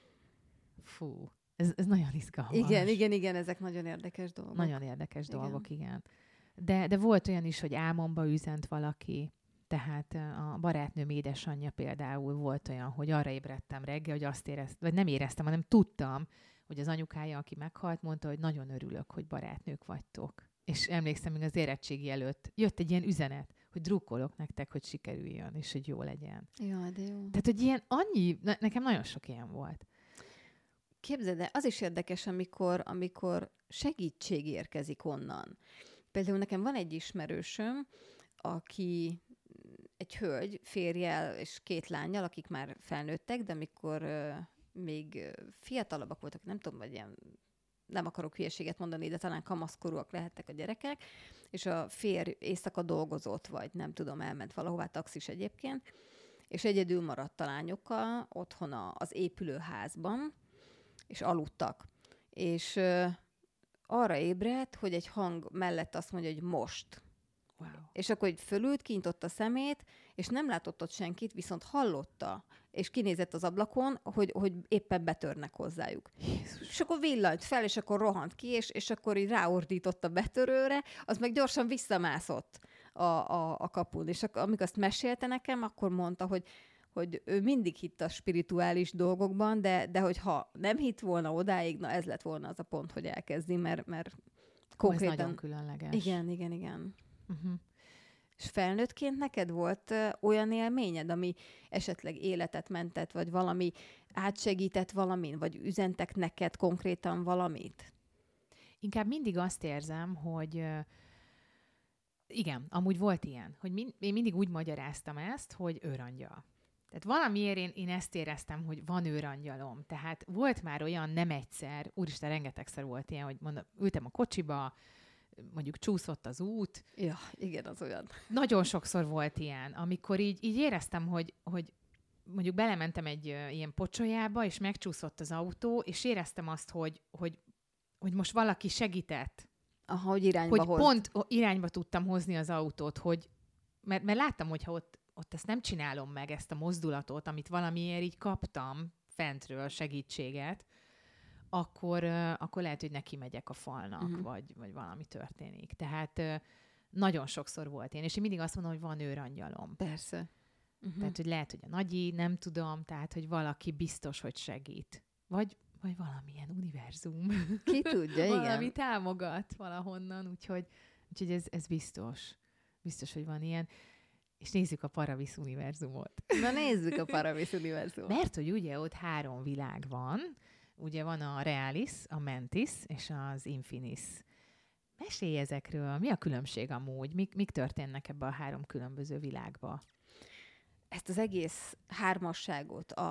Speaker 1: Fú, ez nagyon izgalmas.
Speaker 2: Igen, ezek nagyon érdekes dolgok.
Speaker 1: Nagyon érdekes dolgok, igen. De volt olyan is, hogy álmomba üzent valaki. Tehát a barátnőm édesanyja például volt olyan, hogy arra ébredtem reggel, hogy azt éreztem, vagy nem éreztem, hanem tudtam, hogy az anyukája, aki meghalt, mondta, hogy nagyon örülök, hogy barátnők vagytok. És emlékszem, még az érettségi előtt jött egy ilyen üzenet, hogy drukkolok nektek, hogy sikerüljön, és hogy jó legyen.
Speaker 2: Jaj, de jó.
Speaker 1: Tehát, hogy ilyen nekem nagyon sok ilyen volt.
Speaker 2: Képzeld el, az is érdekes, amikor segítség érkezik onnan. Például nekem van egy ismerősöm, aki egy hölgy, férjel és 2 lánnyal, akik már felnőttek, de amikor még fiatalabbak voltak, nem tudom, vagy ilyen, nem akarok hülyeséget mondani, de talán kamaszkorúak lehettek a gyerekek, és a férj éjszaka dolgozott, vagy nem tudom, elment valahová, taxis egyébként, és egyedül maradt a lányokkal otthon az épülőházban, és aludtak. És arra ébredt, hogy egy hang mellett azt mondja, hogy most.
Speaker 1: Wow.
Speaker 2: És akkor így fölült, kinyitott a szemét, és nem látott ott senkit, viszont hallotta, és kinézett az ablakon, hogy éppen betörnek hozzájuk.
Speaker 1: Jézus.
Speaker 2: És akkor villant fel, és akkor rohant ki, és akkor így ráordított a betörőre, az meg gyorsan visszamászott a kapun. És amikor azt mesélte nekem, akkor mondta, hogy ő mindig hitt a spirituális dolgokban, de hogyha nem hitt volna odáig, na ez lett volna az a pont, hogy elkezdi, mert konkrétan...
Speaker 1: Ez nagyon különleges.
Speaker 2: Igen.
Speaker 1: Uh-huh.
Speaker 2: És felnőttként neked volt olyan élményed, ami esetleg életet mentett, vagy valami átsegített valamin, vagy üzentek neked konkrétan valamit?
Speaker 1: Inkább mindig azt érzem, hogy igen, amúgy volt ilyen, hogy én mindig úgy magyaráztam ezt, hogy őrangyal. Tehát valamiért én ezt éreztem, hogy van őrangyalom. Tehát volt már olyan nem egyszer, úristen, rengetegszer volt ilyen, hogy ültem a kocsiba, mondjuk csúszott az út.
Speaker 2: Ja, igen, az olyan. Nagyon
Speaker 1: sokszor volt ilyen, amikor így éreztem, hogy mondjuk belementem egy ilyen pocsolyába, és megcsúszott az autó, és éreztem azt, hogy most valaki segített.
Speaker 2: Aha, hogy irányba
Speaker 1: hozd. Pont irányba tudtam hozni az autót, mert láttam, hogyha ott ezt nem csinálom meg, ezt a mozdulatot, amit valamiért így kaptam fentről segítséget, akkor lehet, hogy neki megyek a falnak, vagy valami történik. Tehát nagyon sokszor volt én, és én mindig azt mondom, hogy van őrangyalom.
Speaker 2: Persze.
Speaker 1: Tehát, hogy lehet, hogy a nagyi, nem tudom, tehát, hogy valaki biztos, hogy segít. Vagy valamilyen univerzum.
Speaker 2: Ki tudja, igen.
Speaker 1: Valami támogat valahonnan, úgyhogy ez biztos. Biztos, hogy van ilyen. És nézzük a Paravis univerzumot.
Speaker 2: Na nézzük a Paravis univerzumot.
Speaker 1: Mert, hogy ugye ott 3 világ van. Ugye van a Realis, a Mentis és az Infinis. Mesélj ezekről. Mi a különbség amúgy? Mik történnek ebbe a 3 különböző világba?
Speaker 2: Ezt az egész hármasságot, a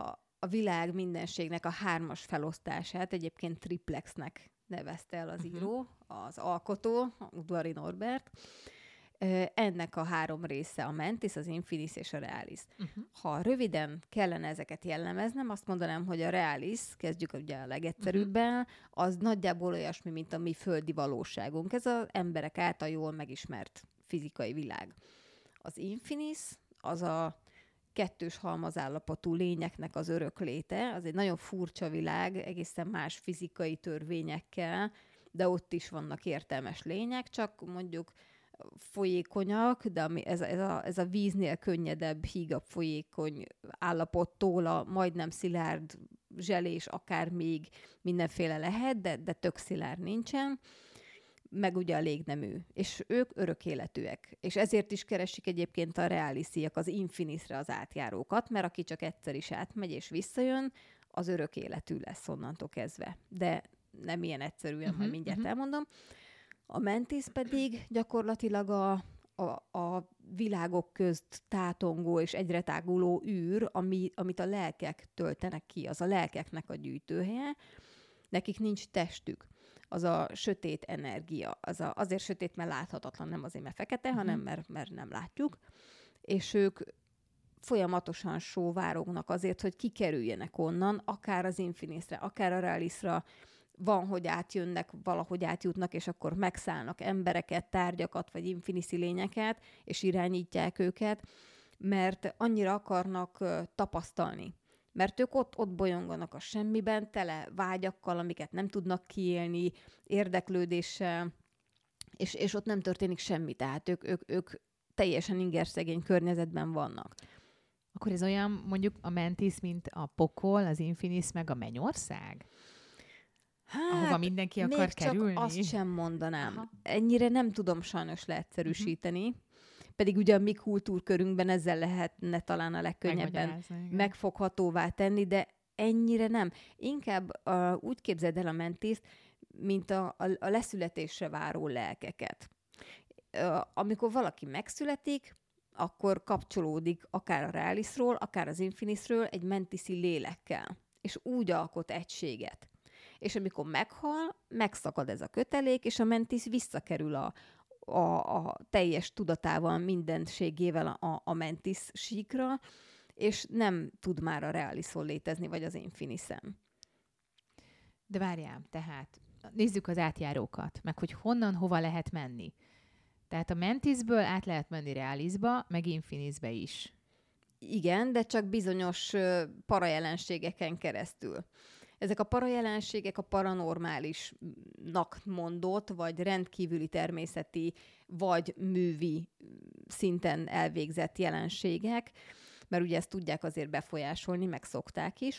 Speaker 2: a világ mindenségnek a 3-as felosztását egyébként triplexnek nevezte el az író, az alkotó, Udvari Norbert. Ennek a 3 része a mentis, az infinis és a realis. Ha röviden kellene ezeket jellemeznem, azt mondanám, hogy a realis, kezdjük ugye a legegyszerűbben, az nagyjából olyasmi, mint a mi földi valóságunk. Ez az emberek által jól megismert fizikai világ. Az infinis, az a 2-s halmazállapotú lényeknek az örökléte, az egy nagyon furcsa világ, egészen más fizikai törvényekkel, de ott is vannak értelmes lények, csak mondjuk folyékonyak, de ez a víznél könnyedebb, hígabb folyékony állapottól a majdnem szilárd zselés akár még mindenféle lehet, de tök szilárd nincsen, meg ugye a légnemű. És ők örök életűek. És ezért is keresik egyébként a realisziak az infinisre az átjárókat, mert aki csak egyszer is átmegy és visszajön, az örök életű lesz onnantól kezdve. De nem ilyen egyszerűen, majd mindjárt elmondom. A mentis pedig gyakorlatilag a világok közt tátongó és egyre táguló űr, amit a lelkek töltenek ki, az a lelkeknek a gyűjtőhelye. Nekik nincs testük. Az a sötét energia. Azért sötét, mert láthatatlan, nem azért, mert fekete, hanem mert nem látjuk. És ők folyamatosan sóvárognak azért, hogy kikerüljenek onnan, akár az infinisre, akár a realisra. Van, hogy átjönnek, valahogy átjutnak, és akkor megszállnak embereket, tárgyakat, vagy infiniszi lényeket, és irányítják őket, mert annyira akarnak tapasztalni. Mert ők ott bolyonganak a semmiben, tele vágyakkal, amiket nem tudnak kiélni, érdeklődéssel, és ott nem történik semmi. Tehát ők teljesen ingerszegény környezetben vannak.
Speaker 1: Akkor ez olyan mondjuk a mentis, mint a pokol, az infinis, meg a mennyország? Ahova mindenki akar kerülni?
Speaker 2: Csak azt sem mondanám. Aha. Ennyire nem tudom sajnos leegyszerűsíteni. Pedig ugye a mi kultúrkörünkben ezzel lehetne talán a legkönnyebben megfoghatóvá tenni, de ennyire nem. Inkább úgy képzeld el a mentiszt, mint a leszületésre váró lelkeket. Amikor valaki megszületik, akkor kapcsolódik akár a realisról, akár az infinisről egy mentiszi lélekkel, és úgy alkot egységet. És amikor meghal, megszakad ez a kötelék, és a mentis visszakerül a teljes tudatával, mindenségével a mentis síkra, és nem tud már a realiszon létezni, vagy az infinisen.
Speaker 1: De várjál, tehát nézzük az átjárókat, meg hogy honnan, hova lehet menni. Tehát a mentisből át lehet menni realisba, meg infinisbe is.
Speaker 2: Igen, de csak bizonyos parajelenségeken keresztül. Ezek a parajelenségek a paranormálisnak mondott, vagy rendkívüli természeti, vagy művi szinten elvégzett jelenségek, mert ugye ezt tudják azért befolyásolni, meg szokták is.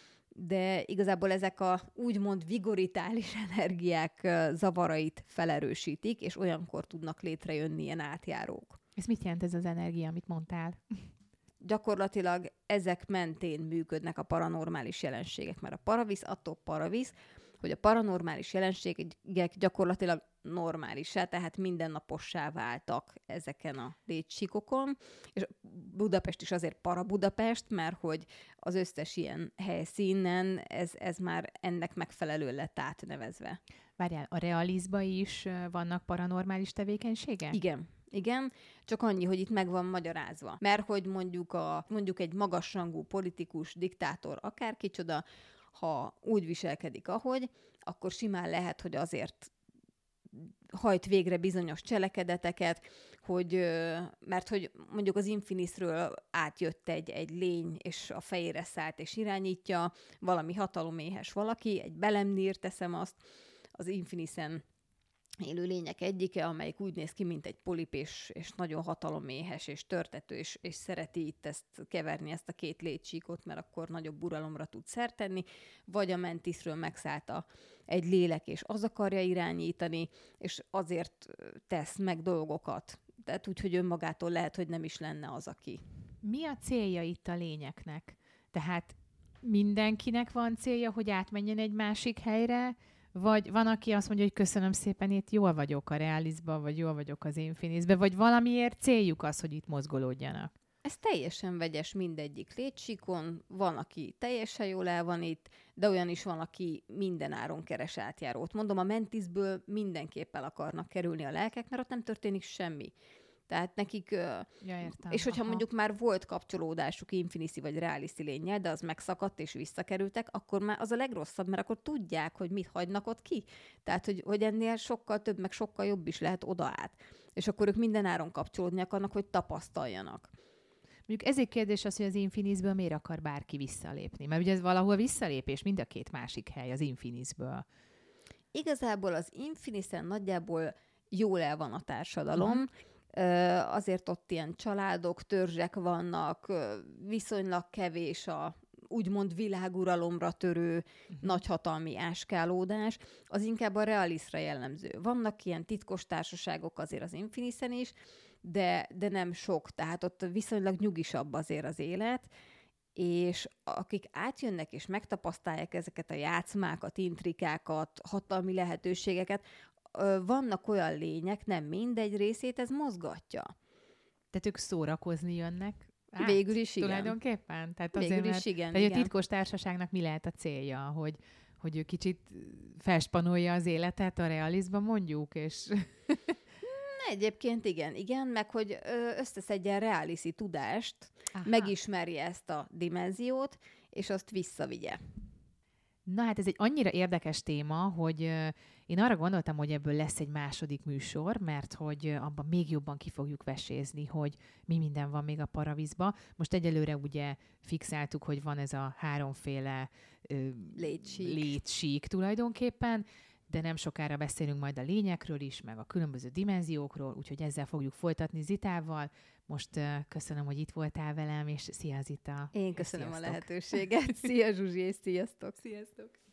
Speaker 2: De igazából ezek a úgymond vigoritális energiák zavarait felerősítik, és olyankor tudnak létrejönni ilyen átjárók.
Speaker 1: Ez mit jelent ez az energia, amit mondtál?
Speaker 2: Gyakorlatilag ezek mentén működnek a paranormális jelenségek, mert a paravisz attól paravisz, hogy a paranormális jelenségek gyakorlatilag normálisá, tehát mindennapossá váltak ezeken a létsikokon, és Budapest is azért para-Budapest, mert hogy az összes ilyen helyszínen ez már ennek megfelelően lett átnevezve.
Speaker 1: Várjál, a realizban is vannak paranormális tevékenységek?
Speaker 2: Igen, csak annyi, hogy itt meg van magyarázva. Mert hogy mondjuk egy magasrangú politikus, diktátor, akárkicsoda, ha úgy viselkedik, ahogy, akkor simán lehet, hogy azért hajt végre bizonyos cselekedeteket, mert hogy mondjuk az infinisről átjött egy lény, és a fejére szállt és irányítja, valami hataloméhes valaki, egy belemnír, teszem azt, az infinisen élő lények egyike, amelyik úgy néz ki, mint egy polip, és nagyon hataloméhes, és törtető, és szereti itt keverni ezt a két létsíkot, mert akkor nagyobb uralomra tud szert tenni, vagy a mentisről megszállta egy lélek, és az akarja irányítani, és azért tesz meg dolgokat. Tehát úgy, hogy önmagától lehet, hogy nem is lenne az, aki.
Speaker 1: Mi a célja itt a lényeknek? Tehát mindenkinek van célja, hogy átmenjen egy másik helyre, vagy van, aki azt mondja, hogy köszönöm szépen, itt jól vagyok a realizban, vagy jól vagyok az infinisben, vagy valamiért céljuk az, hogy itt mozgolódjanak?
Speaker 2: Ez teljesen vegyes mindegyik létsíkon, van, aki teljesen jól el van itt, de olyan is van, aki minden áron keres átjárót. Mondom, a Mentisből mindenképp el akarnak kerülni a lelkek, mert ott nem történik semmi. Tehát nekik,
Speaker 1: értem.
Speaker 2: és hogyha mondjuk már volt kapcsolódásuk Infiniszi vagy Realiszi lénnyel, de az megszakadt és visszakerültek, akkor már az a legrosszabb, mert akkor tudják, hogy mit hagynak ott ki. Tehát, hogy ennél sokkal több, meg sokkal jobb is lehet oda át. És akkor ők minden áron kapcsolódni akarnak, hogy tapasztaljanak.
Speaker 1: Mondjuk ezért kérdés az, hogy az Infinisből miért akar bárki visszalépni? Mert ugye ez valahol visszalépés, mind a két másik hely az Infinisből.
Speaker 2: Igazából az Infinisen nagyjából jól el van a társadalom, azért ott ilyen családok, törzsek vannak, viszonylag kevés a úgymond világuralomra törő nagyhatalmi áskálódás, az inkább a Realisra jellemző. Vannak ilyen titkos társaságok azért az Infinisen is, de nem sok, tehát ott viszonylag nyugisabb azért az élet, és akik átjönnek és megtapasztalják ezeket a játszmákat, intrikákat, hatalmi lehetőségeket, vannak olyan lények, nem mindegy részét ez mozgatja.
Speaker 1: Tehát ők szórakozni jönnek át?
Speaker 2: Végül is igen.
Speaker 1: Tulajdonképpen? Tehát
Speaker 2: Végül
Speaker 1: azért,
Speaker 2: is igen.
Speaker 1: a titkos társaságnak mi lehet a célja? Hogy ő kicsit felspanolja az életet a realizban mondjuk, és...
Speaker 2: Egyébként igen, meg hogy összeszedjen realiszi tudást, megismerje ezt a dimenziót, és azt visszavigye.
Speaker 1: Na hát ez egy annyira érdekes téma, hogy én arra gondoltam, hogy ebből lesz egy második műsor, mert hogy abban még jobban ki fogjuk vesézni, hogy mi minden van még a Paravízba. Most egyelőre ugye fixáltuk, hogy van ez a háromféle létsík tulajdonképpen, de nem sokára beszélünk majd a lényekről is, meg a különböző dimenziókról, úgyhogy ezzel fogjuk folytatni Zitával. Most köszönöm, hogy itt voltál velem, és szia Zita!
Speaker 2: Én köszönöm a lehetőséget. Szia Zsuzsi, és sziasztok!
Speaker 1: Sziasztok!